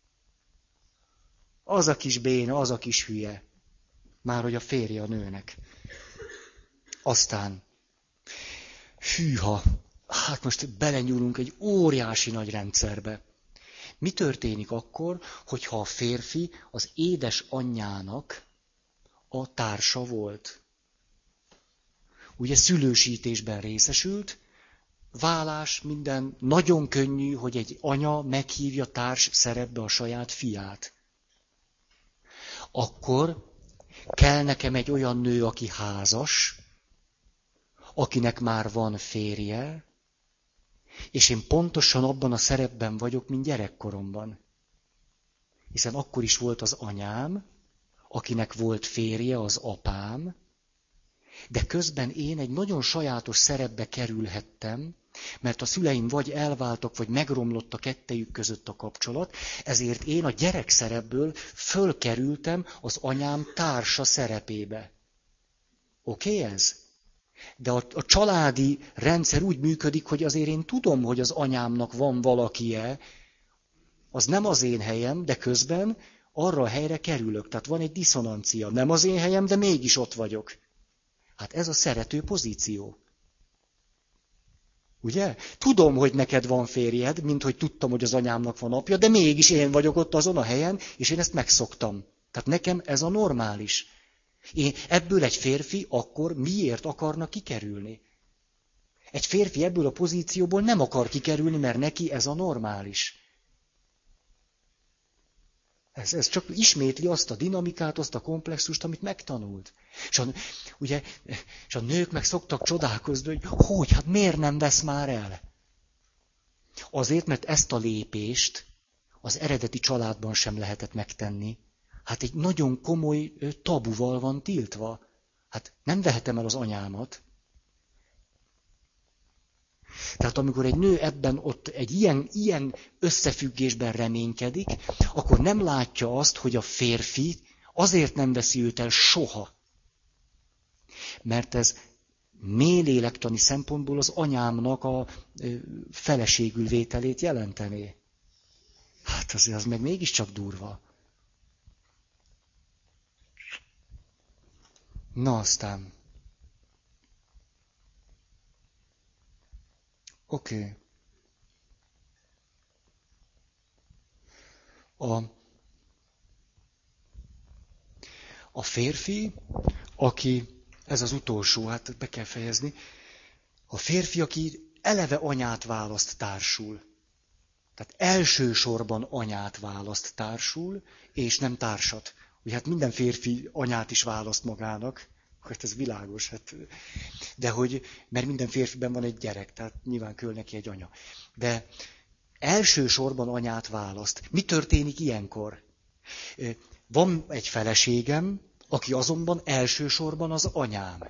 Az a kis béna, az a kis hülye. Már hogy a férje a nőnek. Aztán, hűha, hát most belenyúlunk egy óriási nagy rendszerbe. Mi történik akkor, hogyha a férfi az édes anyjának a társa volt? Ugye szülősítésben részesült, válás, minden nagyon könnyű, hogy egy anya meghívja társ szerepbe a saját fiát. Akkor kell nekem egy olyan nő, aki házas, akinek már van férje, És én pontosan abban a szerepben vagyok, mint gyerekkoromban. Hiszen akkor is volt az anyám, akinek volt férje, az apám, de közben én egy nagyon sajátos szerepbe kerülhettem, mert a szüleim vagy elváltak, vagy megromlott a kettejük között a kapcsolat, ezért én a gyerek szerepből fölkerültem az anyám társa szerepébe. Oké okay, ez? De a, a családi rendszer úgy működik, hogy azért én tudom, hogy az anyámnak van valakie, az nem az én helyem, de közben arra a helyre kerülök. Tehát van egy diszonancia. Nem az én helyem, de mégis ott vagyok. Hát ez a szerető pozíció. Ugye? Tudom, hogy neked van férjed, mint hogy tudtam, hogy az anyámnak van apja, de mégis én vagyok ott azon a helyen, és én ezt megszoktam. Tehát nekem ez a normális. Én ebből egy férfi akkor miért akarna kikerülni? Egy férfi ebből a pozícióból nem akar kikerülni, mert neki ez a normális. Ez, ez csak ismétli azt a dinamikát, azt a komplexust, amit megtanult. És a, ugye, és a nők meg szoktak csodálkozni, hogy hogy, hát miért nem vesz már el? Azért, mert ezt a lépést az eredeti családban sem lehetett megtenni. Hát egy nagyon komoly tabuval van tiltva. Hát nem vehetem el az anyámat. Tehát amikor egy nő ebben ott egy ilyen, ilyen összefüggésben reménykedik, akkor nem látja azt, hogy a férfi azért nem veszi őt el soha. Mert ez mély lélektani szempontból az anyámnak a feleségül vételét jelentené. Hát azért az meg mégiscsak durva. Na aztán. Oké. Okay. A, a férfi, aki, ez az utolsó, hát be kell fejezni, a férfi, aki eleve anyát választ társul. Tehát elsősorban anyát választ társul, és nem társat. Ugye hát minden férfi anyát is választ magának, hát ez világos, hát. De hogy, mert minden férfiben van egy gyerek, tehát nyilván kell neki egy anya. De elsősorban anyát választ. Mi történik ilyenkor? Van egy feleségem, aki azonban elsősorban az anyám.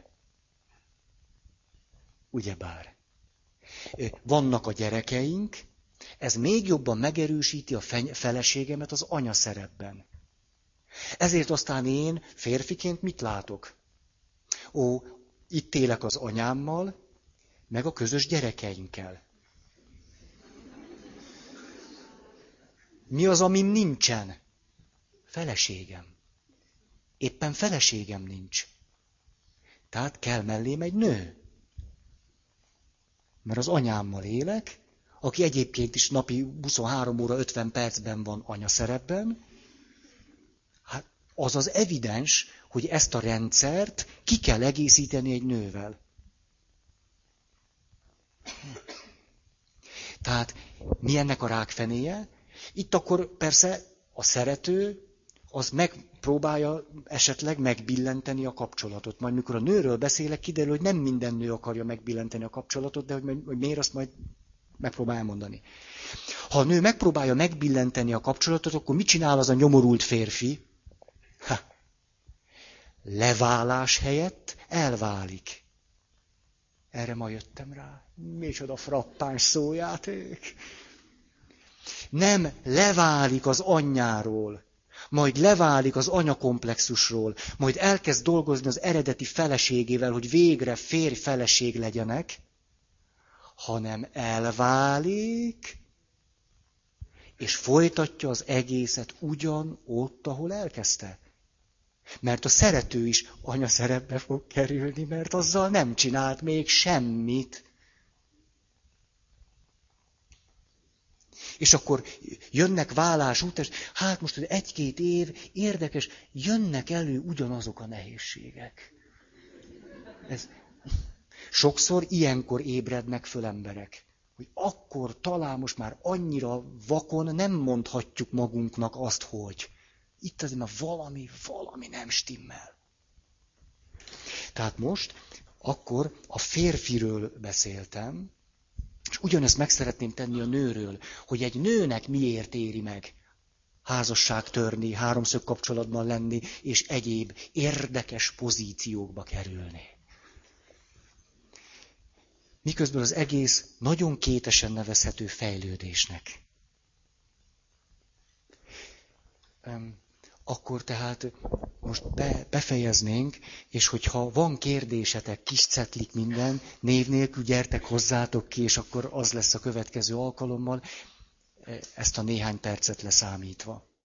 Ugyebár. Vannak a gyerekeink, ez még jobban megerősíti a feleségemet az anya szerepben. Ezért aztán én férfiként mit látok? Ó, itt élek az anyámmal, meg a közös gyerekeinkkel. Mi az, amim nincsen? Feleségem. Éppen feleségem nincs. Tehát kell mellém egy nő. Mert az anyámmal élek, aki egyébként is napi huszonhárom óra ötven percben van anyaszerepben, hát az az evidens, hogy ezt a rendszert ki kell egészíteni egy nővel. Tehát mi ennek a rákfenéje? Itt akkor persze a szerető az megpróbálja esetleg megbillenteni a kapcsolatot. Majd mikor a nőről beszélek, kiderül, hogy nem minden nő akarja megbillenteni a kapcsolatot, de hogy, hogy miért, azt majd megpróbál elmondani. Ha a nő megpróbálja megbillenteni a kapcsolatot, akkor mit csinál az a nyomorult férfi? Ha. Leválás helyett elválik. Erre ma jöttem rá. Micsoda frappáns szójáték. Nem leválik az anyjáról, majd leválik az anyakomplexusról, majd elkezd dolgozni az eredeti feleségével, hogy végre férj-feleség legyenek, hanem elválik, és folytatja az egészet ugyan ott, ahol elkezdte. Mert a szerető is anyaszerepbe fog kerülni, mert azzal nem csinált még semmit. És akkor jönnek válás után, és hát most egy-két év, érdekes, jönnek elő ugyanazok a nehézségek. Ez, sokszor ilyenkor ébrednek föl emberek, hogy akkor talán most már annyira vakon nem mondhatjuk magunknak azt, hogy itt azért már valami, valami nem stimmel. Tehát most, akkor a férfiről beszéltem, és És ugyanezt meg szeretném tenni a nőről, hogy egy nőnek miért éri meg házasság törni, háromszög kapcsolatban lenni, és egyéb érdekes pozíciókba kerülni. Miközben az egész nagyon kétesen nevezhető fejlődésnek. Akkor tehát most be, befejeznénk, és hogyha van kérdésetek, kis cetlik minden, név nélkül gyertek hozzátok ki, és akkor az lesz a következő alkalommal, ezt a néhány percet leszámítva.